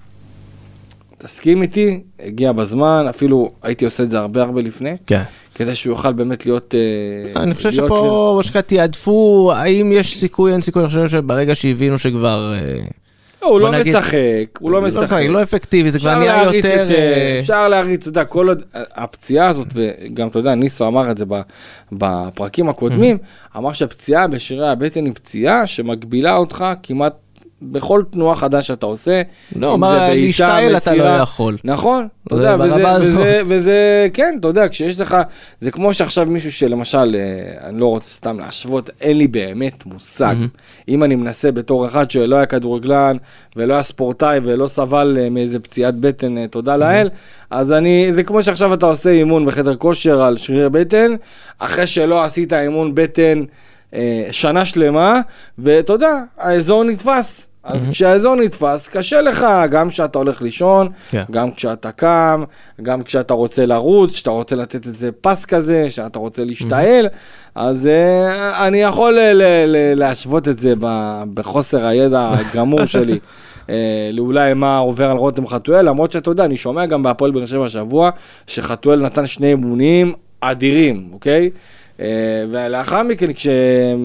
תסכים איתי, הגיע בזמן, אפילו הייתי עושה את זה הרבה הרבה לפני, כן. כדי שהוא יוכל באמת להיות... אני חושב שפה משקע תיעדפו, האם יש סיכוי, אין סיכוי, אני חושב שברגע שהבינו שכבר... הוא לא משחק, הוא לא משחק. לא אפקטיבי, זה כבר נהיה יותר... אפשר להריץ, אתה יודע, כל עוד הפציעה הזאת, וגם אתה יודע, ניסו אמר את זה בפרקים הקודמים, אמר שהפציעה בשירי הבטן היא פציעה שמגבילה אותך כמעט בכל תנועה חדש שאתה עושה. לא, מה, להשתעל אתה לא יכול. נכון, אתה יודע, וזה, כן, אתה יודע, כשיש לך, זה כמו שעכשיו מישהו שלמשל, אני לא רוצה סתם להשוות, אין לי באמת מושג. אם אני מנסה בתור אחד שלא היה כדורגלן, ולא היה ספורטאי, ולא סבל מאיזה פציעת בטן, תודה לאל, אז אני, זה כמו שעכשיו אתה עושה אימון בחדר כושר על שריר בטן, אחרי שלא עשית אימון בטן שנה שלמה, ואתה יודע, האזור נתפס. אז mm-hmm. כשהאזור נתפס, קשה לך, גם כשאתה הולך לישון, yeah. גם כשאתה קם, גם כשאתה רוצה לרוץ, כשאתה רוצה לתת איזה פס כזה, כשאתה רוצה להשתעל, mm-hmm. אז uh, אני יכול ל- ל- להשוות את זה ב- בחוסר הידע הגמור שלי, uh, לאולי מה עובר על רותם חתואל, למרות שאתה יודע, אני שומע גם בהפועל באר שבע השבוע, שחתואל נתן שני אימונים אדירים, אוקיי? Uh, ולאחר מכן, כש...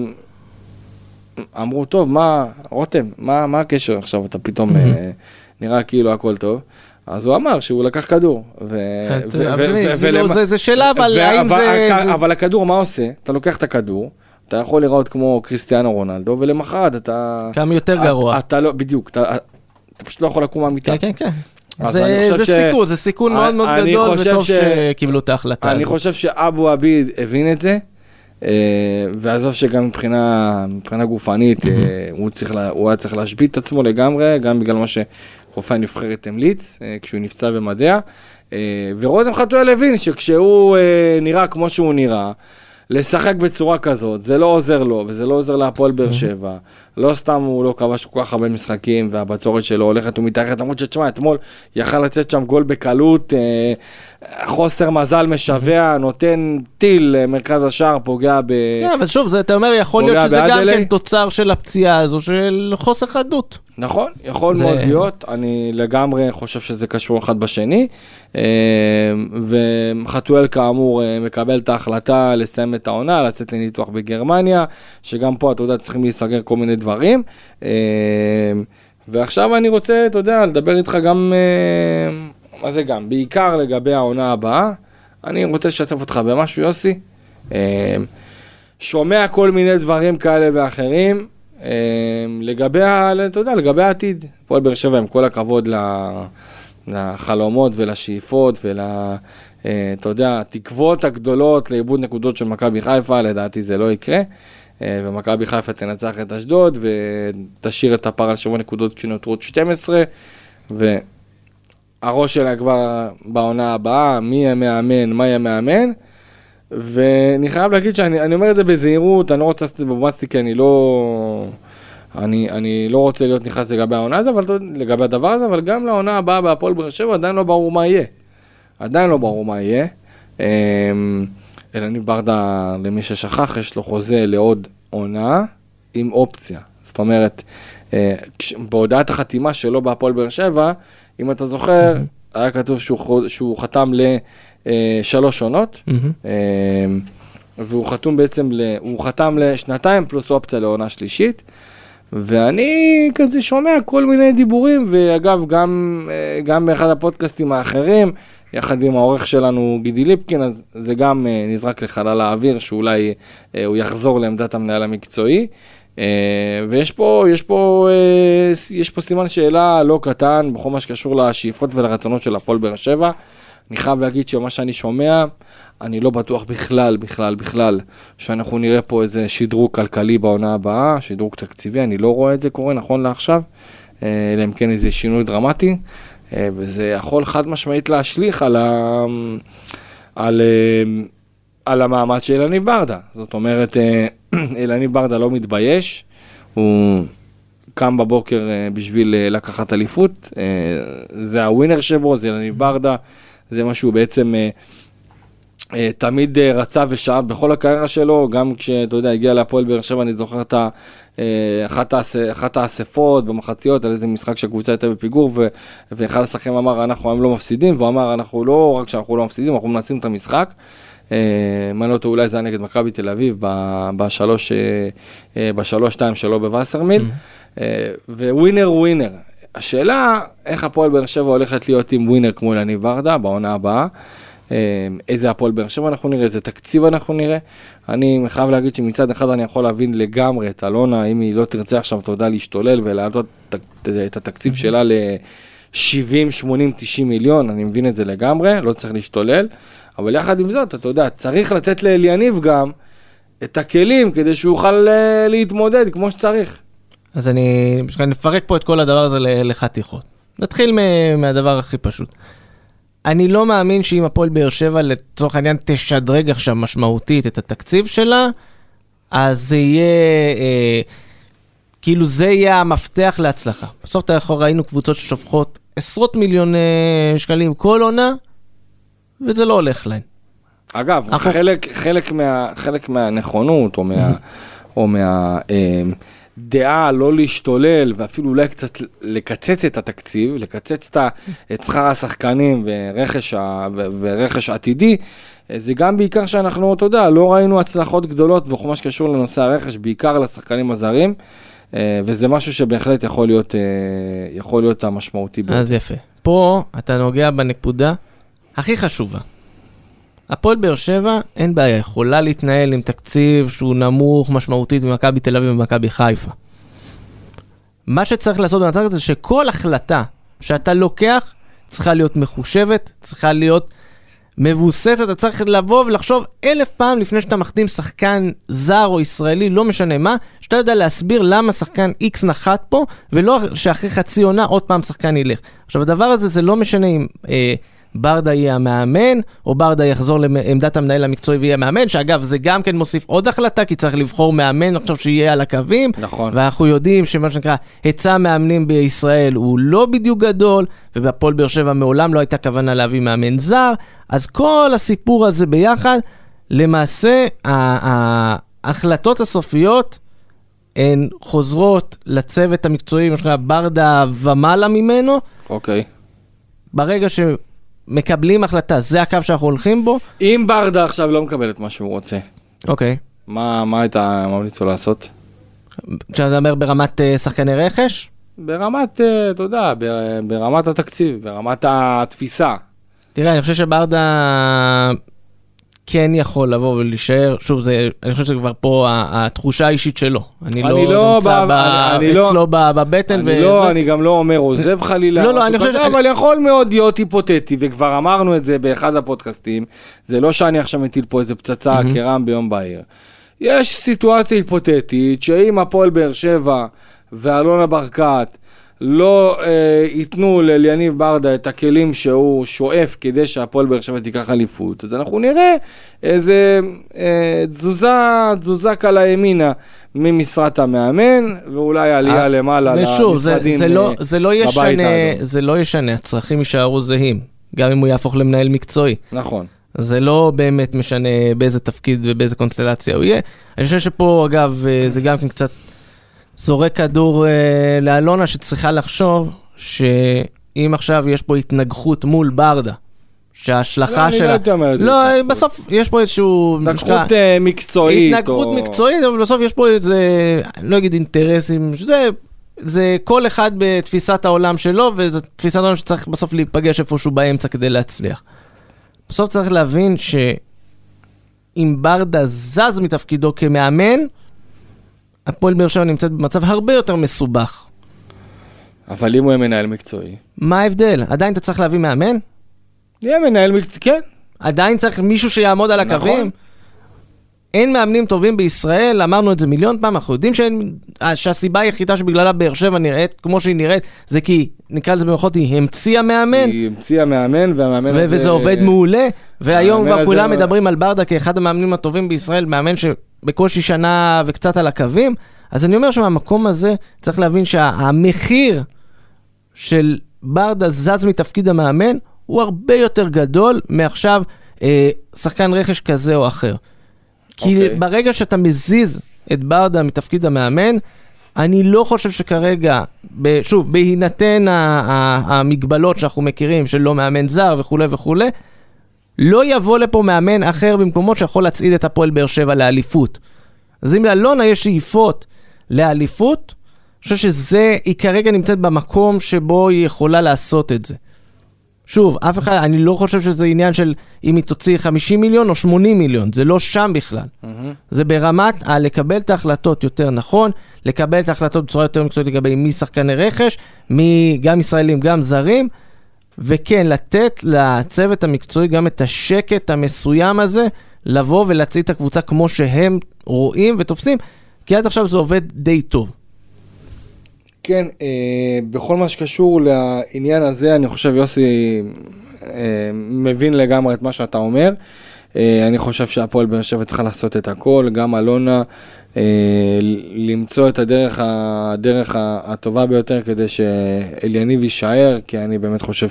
אמרו, טוב, מה, רותם, מה, מה הקשר עכשיו? אתה פתאום mm-hmm. אה, נראה כאילו הכל טוב. אז הוא אמר שהוא לקח כדור. ו- ו- ו- ו- לא, זה, זה שאלה, אבל ו- האם אבל, זה... אבל, אבל הכדור, מה עושה? אתה לוקח את הכדור, אתה יכול לראות כמו קריסטיאנו רונלדו, ולמחרת אתה... כמה יותר גרוע. אתה לא, בדיוק, אתה, אתה פשוט לא יכול לקום מהמיטה. כן, כן, כן. זה, זה ש... סיכון, זה סיכון מאוד מאוד גדול, וטוב ש... שקיבלו את ההחלטה אני הזאת. חושב שאבו עביד הבין את זה, ועזוב שגם מבחינה, מבחינה גופנית, הוא צריך, הוא היה צריך להשבית את עצמו לגמרי, גם בגלל מה רופא הנבחרת המליץ, כשהוא נפצע במדע, ורותם חתואל הבין שכשהוא נראה כמו שהוא נראה, לשחק בצורה כזאת, זה לא עוזר לו, וזה לא עוזר להפועל באר שבע. לא סתם הוא לא כבש כל כך הרבה משחקים, והבצורת שלו הולכת ומתאחרת, למרות שתשמע, אתמול יכל לצאת שם גול בקלות, אה, חוסר מזל משווה, נותן טיל למרכז השער, פוגע ב... כן, אבל שוב, זה, אתה אומר, יכול להיות שזה גם כן תוצר של הפציעה הזו, של חוסר חדות. נכון, יכול זה... מאוד להיות, אני לגמרי חושב שזה קשור אחד בשני, וחתואל כאמור מקבל את ההחלטה לסיים את העונה, לצאת לניתוח בגרמניה, שגם פה אתה יודע צריכים להיסגר כל מיני דברים, ועכשיו אני רוצה, אתה יודע, לדבר איתך גם, מה זה גם, בעיקר לגבי העונה הבאה, אני רוצה לשתף אותך במשהו יוסי, שומע כל מיני דברים כאלה ואחרים, לגבי, אתה יודע, לגבי העתיד, הפועל באר שבע עם כל הכבוד לחלומות ולשאיפות ול, אתה יודע, התקוות הגדולות לאיבוד נקודות של מכבי חיפה, לדעתי זה לא יקרה, ומכבי חיפה תנצח את אשדוד ותשאיר את הפער על שבע נקודות כשנותרות שתים עשרה, והראש שלה כבר בעונה הבאה, מי יהיה מאמן, מה יהיה מאמן, ואני חייב להגיד שאני אני אומר את זה בזהירות, אני לא רוצה לעשות את זה בבמצתי, כי אני לא, אני, אני לא רוצה להיות נכנס לגבי העונה הזה, אבל, לגבי הדבר הזה, אבל גם לעונה הבאה בהפועל באר שבע, עדיין לא ברור מה יהיה. עדיין לא ברור מה יהיה. אלניב ברדה, למי ששכח, יש לו חוזה לעוד עונה עם אופציה. זאת אומרת, בהודעת החתימה שלו בהפועל באר שבע, אם אתה זוכר, היה כתוב שהוא, שהוא חתם לשלוש עונות, והוא חתום בעצם, הוא חתם לשנתיים פלוס אופציה לעונה שלישית, ואני כזה שומע כל מיני דיבורים, ואגב, גם, גם באחד הפודקאסטים האחרים, יחד עם העורך שלנו גידי ליפקין, אז זה גם נזרק לחלל האוויר, שאולי הוא יחזור לעמדת המנהל המקצועי, ויש פה, יש פה, יש פה סימן שאלה לא קטן, בכל מה שקשור לשאיפות ולרצונות של הפועל באר שבע. אני חייב להגיד שמה שאני שומע, אני לא בטוח בכלל, בכלל, בכלל, שאנחנו נראה פה איזה שדרוג כלכלי בעונה הבאה, שדרוג תקציבי, אני לא רואה את זה קורה נכון לעכשיו, אלא אם כן איזה שינוי דרמטי, וזה יכול חד משמעית להשליך על, ה... על, על המאמץ של אלניב ברדה. זאת אומרת, אלניב ברדה לא מתבייש, הוא קם בבוקר בשביל לקחת אליפות, זה הווינר שבו, זה אלניב ברדה, זה משהו בעצם תמיד רצה ושאב בכל הקריירה שלו, גם כשאתה יודע, הגיע להפועל באר שבע, אני זוכר את אחת, אחת האספות במחציות, על איזה משחק שהקבוצה הייתה בפיגור, ו, ואחד השחקנים אמר, אנחנו היום לא מפסידים, והוא אמר, אנחנו לא, רק שאנחנו לא מפסידים, אנחנו מנצחים את המשחק. מה לא אותו, אולי זה היה נגד מכבי תל אביב, בשלוש, בשלוש שתיים שלו בווסרמיל, וווינר ווינר. השאלה, איך הפועל באר שבע הולכת להיות עם ווינר כמו אלניב ברדה, בעונה הבאה, איזה הפועל באר שבע אנחנו נראה, איזה תקציב אנחנו נראה. אני חייב להגיד שמצד אחד אני יכול להבין לגמרי את אלונה, אם היא לא תרצה עכשיו תודה להשתולל ולעלות את התקציב שלה ל-שבעים, שמונים, תשעים מיליון, אני מבין את זה לגמרי, לא צריך להשתולל, אבל יחד עם זאת, אתה יודע, צריך לתת לאליניב גם את הכלים כדי שהוא יוכל להתמודד כמו שצריך. אז אני נפרק פה את כל הדבר הזה לחתיכות. נתחיל מהדבר הכי פשוט. אני לא מאמין שאם הפועל באר שבע לצורך העניין תשדרג עכשיו משמעותית את התקציב שלה, אז זה יהיה, אה, כאילו זה יהיה המפתח להצלחה. בסוף אתה יכול, ראינו קבוצות ששופכות עשרות מיליוני שקלים כל עונה, וזה לא הולך להן. אגב, אנחנו... חלק, חלק, מה, חלק מהנכונות, או מה... או מה אה, דעה לא להשתולל, ואפילו אולי קצת לקצץ את התקציב, לקצץ את שכר השחקנים ורכש, ורכש עתידי, זה גם בעיקר שאנחנו, אתה יודע, לא ראינו הצלחות גדולות בכל מה שקשור לנושא הרכש, בעיקר לשחקנים הזרים, וזה משהו שבהחלט יכול להיות, יכול להיות המשמעותי. אז יפה. פה אתה נוגע בנקודה הכי חשובה. הפועל באר שבע, אין בעיה, יכולה להתנהל עם תקציב שהוא נמוך משמעותית במכבי תל אביב ובמכבי חיפה. מה שצריך לעשות במצב הזה, זה שכל החלטה שאתה לוקח, צריכה להיות מחושבת, צריכה להיות מבוססת, אתה צריך לבוא ולחשוב אלף פעם לפני שאתה מחתים שחקן זר או ישראלי, לא משנה מה, שאתה יודע להסביר למה שחקן X נחת פה, ולא שאחרי חצי עונה עוד פעם שחקן ילך. עכשיו, הדבר הזה זה לא משנה אם אה, ברדה יהיה המאמן, או ברדה יחזור לעמדת המנהל המקצועי ויהיה מאמן, שאגב, זה גם כן מוסיף עוד החלטה, כי צריך לבחור מאמן, עכשיו שיהיה על הקווים, נכון. ואנחנו יודעים שמה שנקרא, היצע מאמנים בישראל הוא לא בדיוק גדול, ובהפועל באר שבע מעולם לא הייתה כוונה להביא מאמן זר, אז כל הסיפור הזה ביחד, למעשה, ההחלטות הסופיות, הן חוזרות לצוות המקצועי, מה שנקרא, ברדה ומעלה ממנו, אוקיי. ברגע ש... מקבלים החלטה, זה הקו שאנחנו הולכים בו. אם ברדה עכשיו לא מקבל את מה שהוא רוצה, אוקיי. מה, מה הייתה ממליץ לו לעשות? כשאתה אומר ברמת uh, שחקני רכש? ברמת, uh, אתה יודע, ברמת התקציב, ברמת התפיסה. תראה, אני חושב שברדה כן יכול לבוא ולהישאר, שוב, זה, אני חושב שזה כבר פה התחושה האישית שלו. אני, אני לא, לא נמצא ב, אני, אני אצלו לא, בבטן. אני, לא, אני גם לא אומר עוזב חלילה, לא, לא, אני חושב כזה, אבל אני... יכול מאוד להיות היפותטי, וכבר אמרנו את זה באחד הפודקאסטים, זה לא שאני עכשיו מטיל פה איזה פצצה mm-hmm. כרם ביום בהיר. יש סיטואציה היפותטית, שאם הפועל באר שבע ואלונה ברקת, לא אה, ייתנו ליניב ברדה את הכלים שהוא שואף כדי שהפועל באר שבע תיקח אליפות, אז אנחנו נראה איזה אה, תזוזה, תזוזה קלה ימינה ממשרת המאמן, ואולי עלייה אה, למעלה ושוב, למשרדים זה, זה לא, זה לא בבית ישנה, האדום. זה לא ישנה, הצרכים יישארו זהים, גם אם הוא יהפוך למנהל מקצועי. נכון. זה לא באמת משנה באיזה תפקיד ובאיזה קונסטלציה הוא יהיה. אני חושב שפה, אגב, זה גם כן קצת זורק כדור אה, לאלונה שצריכה לחשוב שאם עכשיו יש פה התנגחות מול ברדה, שההשלכה שלה... לא, אני לא לא, בסוף יש פה איזשהו... התנגחות אה, מקצועית. התנגחות או... מקצועית, אבל בסוף יש פה איזה, אני לא אגיד אינטרסים, שזה... זה כל אחד בתפיסת העולם שלו, וזו תפיסת העולם שצריך בסוף להיפגש איפשהו באמצע כדי להצליח. בסוף צריך להבין שאם ברדה זז מתפקידו כמאמן, הפועל באר שבע נמצאת במצב הרבה יותר מסובך. אבל אם הוא יהיה מנהל מקצועי? מה ההבדל? עדיין אתה צריך להביא מאמן? יהיה מנהל מקצועי, כן. עדיין צריך מישהו שיעמוד על הקווים? נכון. אין מאמנים טובים בישראל, אמרנו את זה מיליון פעם, אנחנו יודעים שאין, שהסיבה היחידה שבגללה באר שבע נראית כמו שהיא נראית, זה כי, נקרא לזה במחות, היא המציאה מאמן. היא המציאה מאמן, והמאמן ו- הזה... וזה עובד מעולה, והיום כבר כולם הזה... מדברים על ברדה כאחד המאמנים הטובים בישראל, מאמן שבקושי שנה וקצת על הקווים, אז אני אומר שמהמקום הזה צריך להבין שהמחיר של ברדה זז מתפקיד המאמן, הוא הרבה יותר גדול מעכשיו אה, שחקן רכש כזה או אחר. כי okay. ברגע שאתה מזיז את ברדה מתפקיד המאמן, אני לא חושב שכרגע, ב, שוב, בהינתן המגבלות שאנחנו מכירים, של לא מאמן זר וכו' וכו', לא יבוא לפה מאמן אחר במקומות שיכול להצעיד את הפועל באר שבע לאליפות. אז אם לאלונה יש שאיפות לאליפות, אני חושב שזה, היא כרגע נמצאת במקום שבו היא יכולה לעשות את זה. שוב, אף אחד, אני לא חושב שזה עניין של אם היא תוציא חמישים מיליון או שמונים מיליון, זה לא שם בכלל. Mm-hmm. זה ברמת על לקבל את ההחלטות יותר נכון, לקבל את ההחלטות בצורה יותר מקצועית לגבי מי שחקני רכש, מי גם ישראלים, גם זרים, וכן, לתת לצוות המקצועי גם את השקט המסוים הזה, לבוא ולהציע את הקבוצה כמו שהם רואים ותופסים, כי עד עכשיו זה עובד די טוב. כן, אה, בכל מה שקשור לעניין הזה, אני חושב יוסי אה, מבין לגמרי את מה שאתה אומר. אה, אני חושב שהפועל באר שבע צריכה לעשות את הכל, גם אלונה, אה, למצוא את הדרך, הדרך הטובה ביותר כדי שאליניב יישאר, כי אני באמת חושב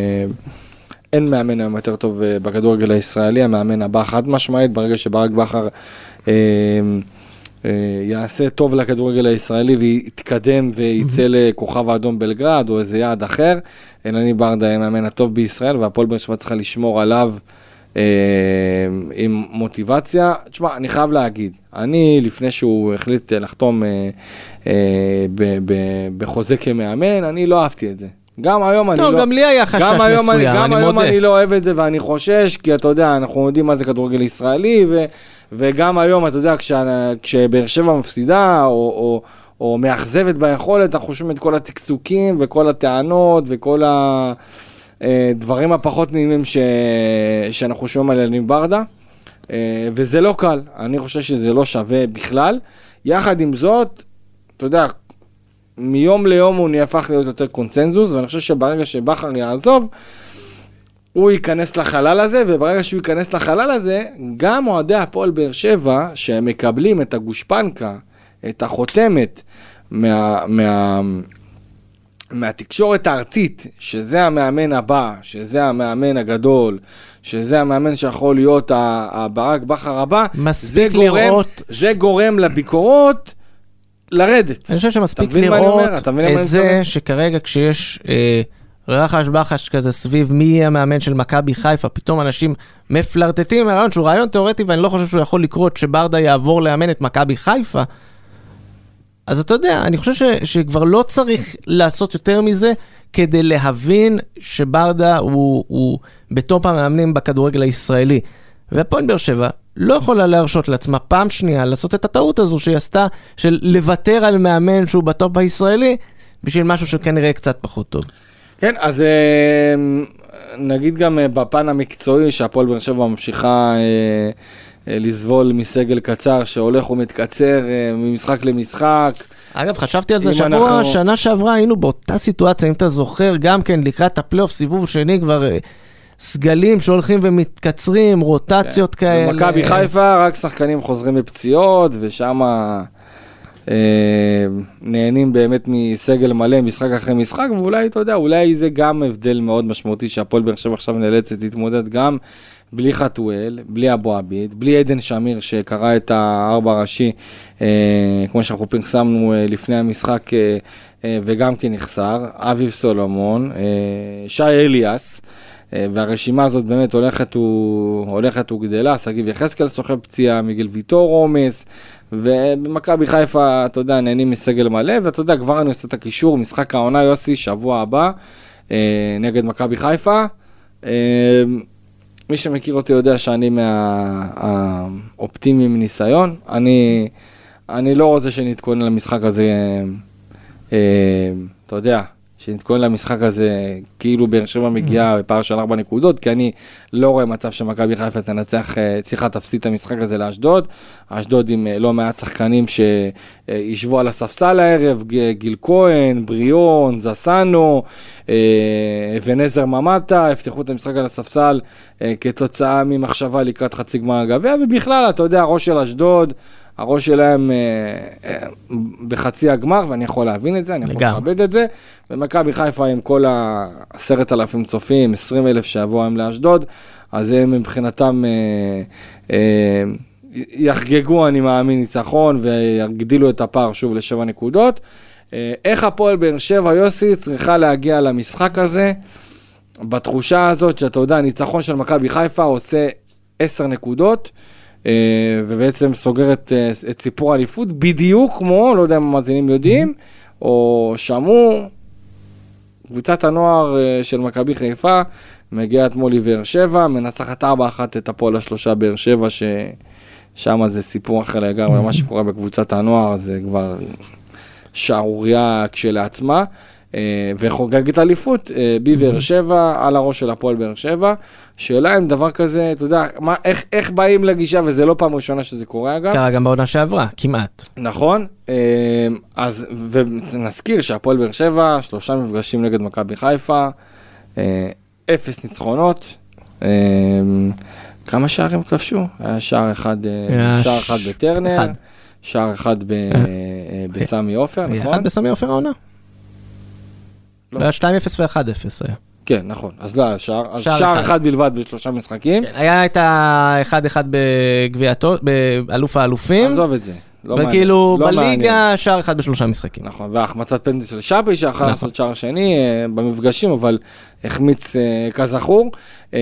שאין מאמן היום יותר טוב בכדורגל הישראלי, המאמן הבא חד משמעית, ברגע שברק בכר אה, יעשה טוב לכדורגל הישראלי ויתקדם וייצא לכוכב האדום בלגרד או איזה יעד אחר. אליניב ברדה המאמן הטוב בישראל, והפועל באר שבע צריכה לשמור עליו אה, עם מוטיבציה. תשמע, אני חייב להגיד, אני לפני שהוא החליט לחתום אה, אה, ב, ב, בחוזה כמאמן, אני לא אהבתי את זה. גם היום אני לא... גם לי היה חשש מסוים, אני מודה. גם היום אני לא אוהב את זה ואני חושש, כי אתה יודע, אנחנו יודעים מה זה כדורגל ישראלי, ו... וגם היום, אתה יודע, כשה, כשבאר שבע מפסידה, או, או, או מאכזבת ביכולת, אנחנו חושבים את כל הצקצוקים, וכל הטענות, וכל, ה, דברים הפחות נעימים ש... שאנחנו שומעים על יניב ברדה, וזה לא קל, אני חושב שזה לא שווה בכלל. יחד עם זאת, אתה יודע, מיום ליום הוא נהפך להיות יותר קונצנזוס, ואני חושב שברגע שבחר יעזוב, הוא ייכנס לחלל הזה, וברגע שהוא ייכנס לחלל הזה, גם אוהדי הפועל באר שבע, שהם מקבלים את הגושפנקה, את החותמת, מה, מה, מהתקשורת הארצית, שזה המאמן הבא, שזה המאמן הגדול, שזה המאמן שיכול להיות הברק בכר הבא, זה גורם, לראות... זה גורם לביקורות לרדת. אני חושב שמספיק לראות את זה שכרגע כשיש אה, רחש בחש כזה סביב מי יהיה המאמן של מכבי חיפה, פתאום אנשים מפלרטטים מהרעיון שהוא רעיון תיאורטי, ואני לא חושב שהוא יכול לקרות שברדה יעבור לאמן את מכבי חיפה. אז אתה יודע, אני חושב ש, שכבר לא צריך לעשות יותר מזה, כדי להבין שברדה הוא, הוא בטופ המאמנים בכדורגל הישראלי. והפועל באר שבע לא יכולה להרשות לעצמה פעם שנייה לעשות את הטעות הזו שהיא עשתה, של לוותר על מאמן שהוא בטופ הישראלי, בשביל משהו שכנראה קצת פחות טוב. כן, אז נגיד גם בפן המקצועי שהפועל באר שבע ממשיכה לסבול מסגל קצר שהולך ומתקצר ממשחק למשחק. אגב, חשבתי על זה שבוע, אנחנו... שנה שעברה היינו באותה סיטואציה, אם אתה זוכר, גם כן לקראת הפלייאוף סיבוב שני כבר סגלים שהולכים ומתקצרים, רוטציות כן. כאלה. במכבי חיפה רק שחקנים חוזרים בפציעות, ושם אה, נהנים באמת מסגל מלא, משחק אחרי משחק, ואולי, אתה יודע, אולי זה גם הבדל מאוד משמעותי, שהפועל באר שבע עכשיו נאלצת להתמודד גם בלי חתואל, בלי אבו עביד, בלי עדן שמיר שקרא את הארבע הראשי, אה, כמו שאנחנו פרסמנו אה, לפני המשחק, אה, אה, וגם כן נחסר, אביב סולומון, אה, שי אליאס, אה, והרשימה הזאת באמת הולכת, הוא, הולכת וגדלה, סגיב יחזקאל סוחב פציעה, מיגל ויטור רומס, ובמכבי חיפה, אתה יודע, נהנים מסגל מלא, ואתה יודע, כבר אני עושה את הקישור, משחק העונה יוסי, שבוע הבא, אה, נגד מכבי חיפה, אה, מי שמכיר אותי יודע שאני מהאופטימי מניסיון, אני, אני לא רוצה שנתכונן למשחק הזה, אה, אתה יודע, שנתכונן למשחק הזה כאילו באר שבע מגיעה בפער של ארבע נקודות, כי אני לא רואה מצב שמכבי חיפה תנצח, צריכה תפסיד את המשחק הזה לאשדוד, אשדוד עם לא מעט שחקנים שישבו על הספסל הערב, גיל כהן, בריאון, זסנו, ונזר ממטה, הבטיחו את המשחק על הספסל כתוצאה ממחשבה לקראת חצי גמר הגביע, ובכלל, אתה יודע, הראש של אשדוד, הראש שלהם אה, אה, בחצי הגמר, ואני יכול להבין את זה, אני יכול לכבד את זה. במכבי חיפה עם כל עשרת אלפים צופים, עשרים אלף שעברו הם לאשדוד, אז הם מבחינתם אה, אה, יחגגו, אני מאמין, ניצחון, ויגדילו את הפער שוב לשבע נקודות. אה, איך הפועל באר שבע יוסי צריכה להגיע למשחק הזה, בתחושה הזאת שאתה יודע, ניצחון של מכבי חיפה עושה עשר נקודות, ובעצם סוגר את, את סיפור האליפות, בדיוק כמו, לא יודע אם המאזינים יודעים, או שמעו, קבוצת הנוער של מכבי חיפה, מגיעה אתמול לבאר שבע, מנצחת ארבע אחת את הפועל השלושה באר שבע, ששם זה סיפור אחר לגמרי, מה שקורה בקבוצת הנוער, זה כבר שערוריה כשלעצמה, וחוגגת אליפות בבאר שבע, על הראש של הפועל באר שבע. שאלה אם דבר כזה, אתה יודע, מה, איך, איך באים לגישה, וזה לא פעם ראשונה שזה קורה אגב. קרה גם בעונה שעברה, כמעט. נכון, אז, ונזכיר שהפועל באר שבע, שלושה מפגשים נגד מכבי חיפה, אפס ניצחונות, כמה שערים כבשו? היה שער אחד, שער אחד בטרנר, שער אחד בסמי עופר, נכון? אחד בסמי עופר העונה. לא היה שתיים אפס ו-אחד אפס היה. כן, נכון. אז לא, שער, אז שער אחד בלבד בשלושה משחקים. כן, היה את ה-אחד אחד בגביעתו, באלוף האלופים. עזוב את זה. לא מעניין. וכאילו בליגה שער אחד בשלושה משחקים. נכון, והחמצת פנדל של שבי, שאחר לעשות שער שני במפגשים, אבל החמיץ כזכור.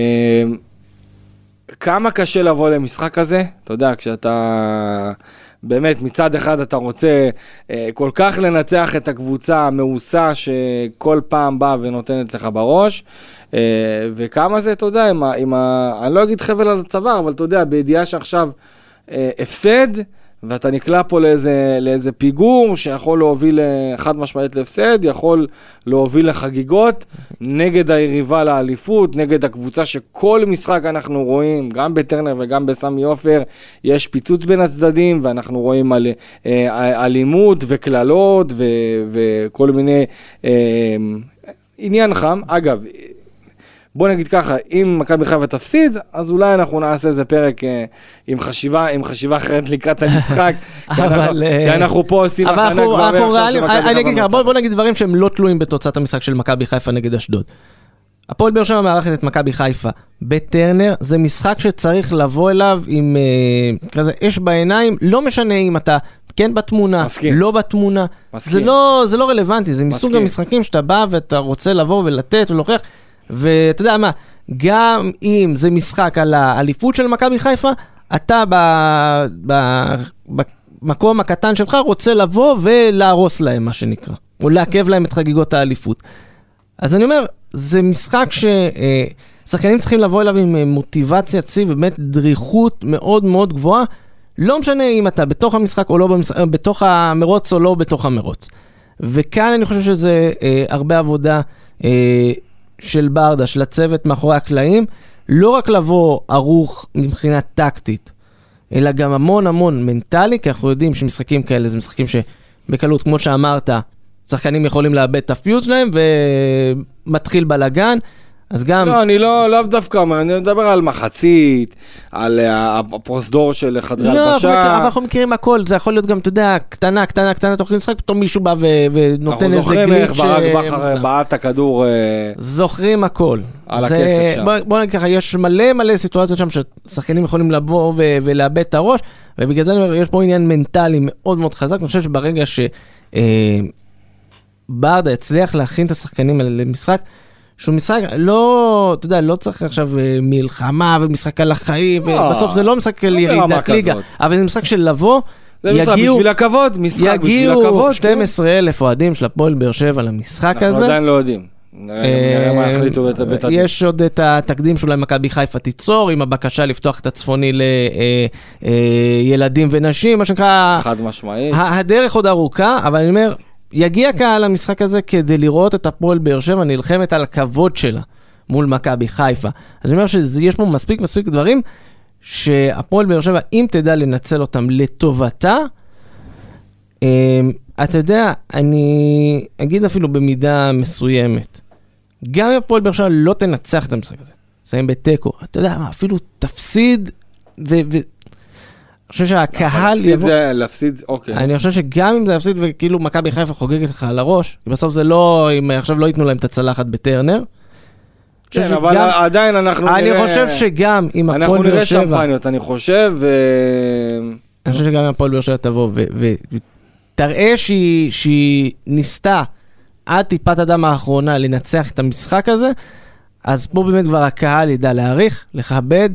כמה קשה לבוא למשחק הזה? אתה יודע, כשאתה... באמת, מצד אחד אתה רוצה אה, כל כך לנצח את הקבוצה המאוסה שכל פעם באה ונותנת לך בראש, אה, וכמה זה, אתה יודע, עם ה, עם ה, אני לא אגיד חבל על הצוואר, אבל אתה יודע, בידיעה שעכשיו אה, הפסד, ואתה נקלע פה לאיזה, לאיזה פיגור שיכול להוביל חד משמעית להפסד, יכול להוביל לחגיגות נגד היריבה לאליפות, נגד הקבוצה שכל משחק אנחנו רואים, גם בטרנר וגם בסמי עופר, יש פיצוץ בין הצדדים, ואנחנו רואים על אה, אלימות וכללות ו, וכל מיני אה, עניין חם. אגב, בוא נגיד ככה, אם מכבי חיפה תפסיד, אז אולי אנחנו נעשה איזה פרק אה, עם חשיבה, עם חשיבה אחרת לקראת המשחק, כי, אנחנו, כי אנחנו פה עושים הכנה כבר ועכשיו שמכבי חיפה אני אגיד, בוא, בוא נגיד דברים שהם לא תלויים בתוצאת המשחק של מכבי חיפה נגד אשדוד. הפועל באר שבע מארחת את מכבי חיפה בטרנר, זה משחק שצריך לבוא אליו עם אה, כזה אש בעיניים, לא משנה אם אתה כן בתמונה, מסכים. לא בתמונה, זה לא, זה לא רלוונטי, זה מסוג מסכים. המשחקים שאתה בא ואתה רוצה לבוא ולתת ולהוכיח, ואתה יודע מה, גם אם זה משחק על האליפות של מכבי חיפה, אתה במקום הקטן שלך רוצה לבוא ולהרוס להם, מה שנקרא, או לעכב להם את חגיגות האליפות. אז אני אומר, זה משחק ששחקנים צריכים לבוא אליו עם מוטיבציה צי, ובאמת דריכות מאוד מאוד גבוהה, לא משנה אם אתה בתוך המשחק או לא במשחק, בתוך המרוץ או לא בתוך המרוץ. וכאן אני חושב שזה אה, הרבה עבודה אה, של ברדה, של הצוות מאחורי הקלעים, לא רק לבוא ערוך מבחינה טקטית, אלא גם המון המון מנטלי, כי אנחנו יודעים שמשחקים כאלה זה משחקים שבקלות, כמו שאמרת, שחקנים יכולים לאבד את הפיוז שלהם, ומתחיל בלגן, אז גם... לא, אני לא, לא דווקא, אני מדבר על מחצית, על הפרוסדור של חדרי הלבשה. לא, אבל אנחנו מכירים הכל, זה יכול להיות גם, אתה יודע, קטנה, קטנה, קטנה, תוכלי משחק, פתאום מישהו בא ונותן איזה גליץ'. אנחנו זוכרים איך ברק בכר בעט הכדור... זוכרים הכל. על הכסף שם. בוא נגיד ככה, יש מלא מלא סיטואציות שם, ששחקנים יכולים לבוא ולאבד את הראש, ובגלל זה יש פה עניין מנטלי מאוד מאוד חזק. אני חושב שברגע ש... ברדה הצליח להכין את השחקנים האלה למשחק, שהוא משחק, לא, אתה יודע, לא צריך עכשיו מלחמה ומשחק על החיים, ובסוף זה לא משחק על ירידת ליגה, אבל זה משחק של לבוא, יגיעו, יגיעו שנים עשר אלף אוהדים של הפועל באר שבע למשחק הזה. אנחנו עדיין לא יודעים. נראה מה החליטו בית הדין. יש עוד את התקדים שאולי מכבי חיפה תיצור, עם הבקשה לפתוח את הצפוני לילדים ונשים, מה שנקרא... חד משמעית. הדרך עוד ארוכה, אבל אני אומר... יגיע קהל למשחק הזה כדי לראות את הפועל באר שבע נלחמת על הכבוד שלה מול מכבי חיפה. אז אני אומר שיש פה מספיק מספיק דברים שהפועל באר שבע, אם תדע לנצל אותם לטובתה, אתה יודע, אני אגיד אפילו במידה מסוימת, גם אם הפועל באר שבע לא תנצח את המשחק הזה, סיים בטקו, אתה יודע מה, אפילו תפסיד ו... אני חושב שהקהל יבוא... להפסיד, אוקיי. אני חושב שגם אם זה להפסיד וכאילו מכבי חיפה חוגגת לך על הראש, בסוף זה לא, אם עכשיו לא ייתנו להם את הצלחת בטרנר. כן, אבל עדיין אנחנו נראה... אני חושב שגם אם הפועל באר שבע... אנחנו נראה שמפניות, אני חושב, ו... אני חושב שגם אם הפועל באר שבע תבוא ותראה שהיא ניסתה עד טיפת הדם האחרונה לנצח את המשחק הזה, אז פה באמת כבר הקהל ידע להעריך, לכבד,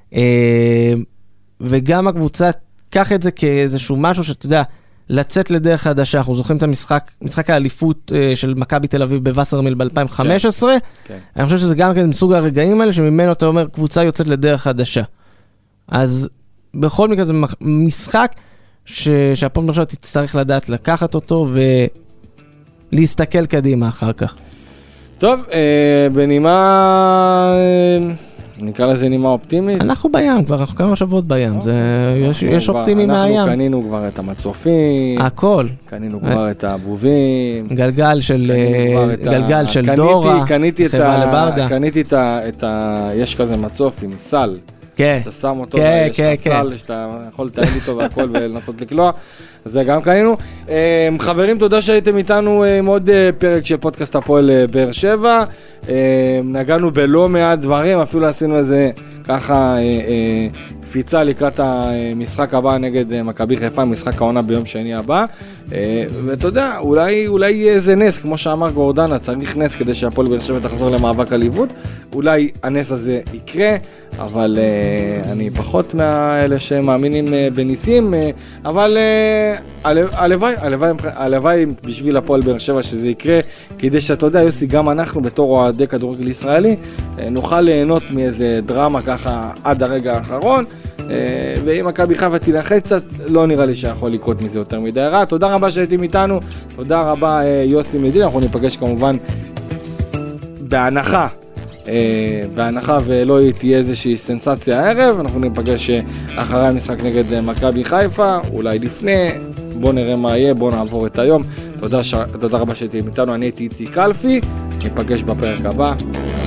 וגם הקבוצה קח את זה כאיזשהו משהו שאתה יודע, לצאת לדרך חדשה. אנחנו זוכרים את המשחק, משחק האליפות של מכבי תל אביב בווסרמיל ב-אלפיים וחמש עשרה. כן, כן. אני חושב שזה גם כן מסוג הרגעים האלה, שממנו אתה אומר, קבוצה יוצאת לדרך חדשה. אז בכל מקרה זה משחק ש... שהפועל באר שבע תצטרך לדעת לקחת אותו ולהסתכל קדימה אחר כך. טוב, אה, בנימה... אה... נקרא לזה נימה אופטימית. אנחנו בים, כבר אנחנו כמה שבועות בים, זה, יש, יש אופטימי מהים. אנחנו קנינו כבר את המצופים. הכל. קנינו כבר את הבובים. גלגל של, גלגל של דורה. קניתי את ה... קניתי את ה... יש כזה מצוף עם סל. כן. אתה שם אותו, יש לך סל שאתה יכול לתאם איתו והכל ולנסות לקלוע. זה גם קנינו. חברים, תודה שהייתם איתנו עם עוד פרק של פודקאסט הפועל באר שבע. נגענו בלא מעט דברים, אפילו עשינו איזה ככה קפיצה לקראת המשחק הבא נגד מכבי חיפה, משחק העונה ביום שני הבא. ואתה יודע, אולי, אולי יהיה איזה נס, כמו שאמר גורדנה, צריך נס כדי שהפועל באר שבע תחזור למאבק אליפות. אולי הנס הזה יקרה, אבל אני פחות מאלה שמאמינים בניסים, אבל הלוואי, הלוואי, הלוואי בשביל הפועל באר שבע שזה יקרה, כדי שאתה יודע, יוסי, גם אנחנו בתור אוהדי כדורגל ישראלי, נוכל ליהנות מאיזה דרמה ככה עד הרגע האחרון, ואם מכבי חיפה תילחץ קצת, לא נראה לי שיכול לקרות מזה יותר מדי רע. תודה רבה שהייתם איתנו, תודה רבה יוסי מדיל, אנחנו ניפגש כמובן בהנחה, בהנחה ולא תהיה איזושהי סנסציה הערב, אנחנו ניפגש אחרי המשחק נגד מכבי חיפה, אולי לפני, בואו נראה מה יהיה, בואו נעבור את היום. תודה, ש... תודה רבה שהייתם איתנו, אני הייתי איציק קלפי, ניפגש בפרק הבא.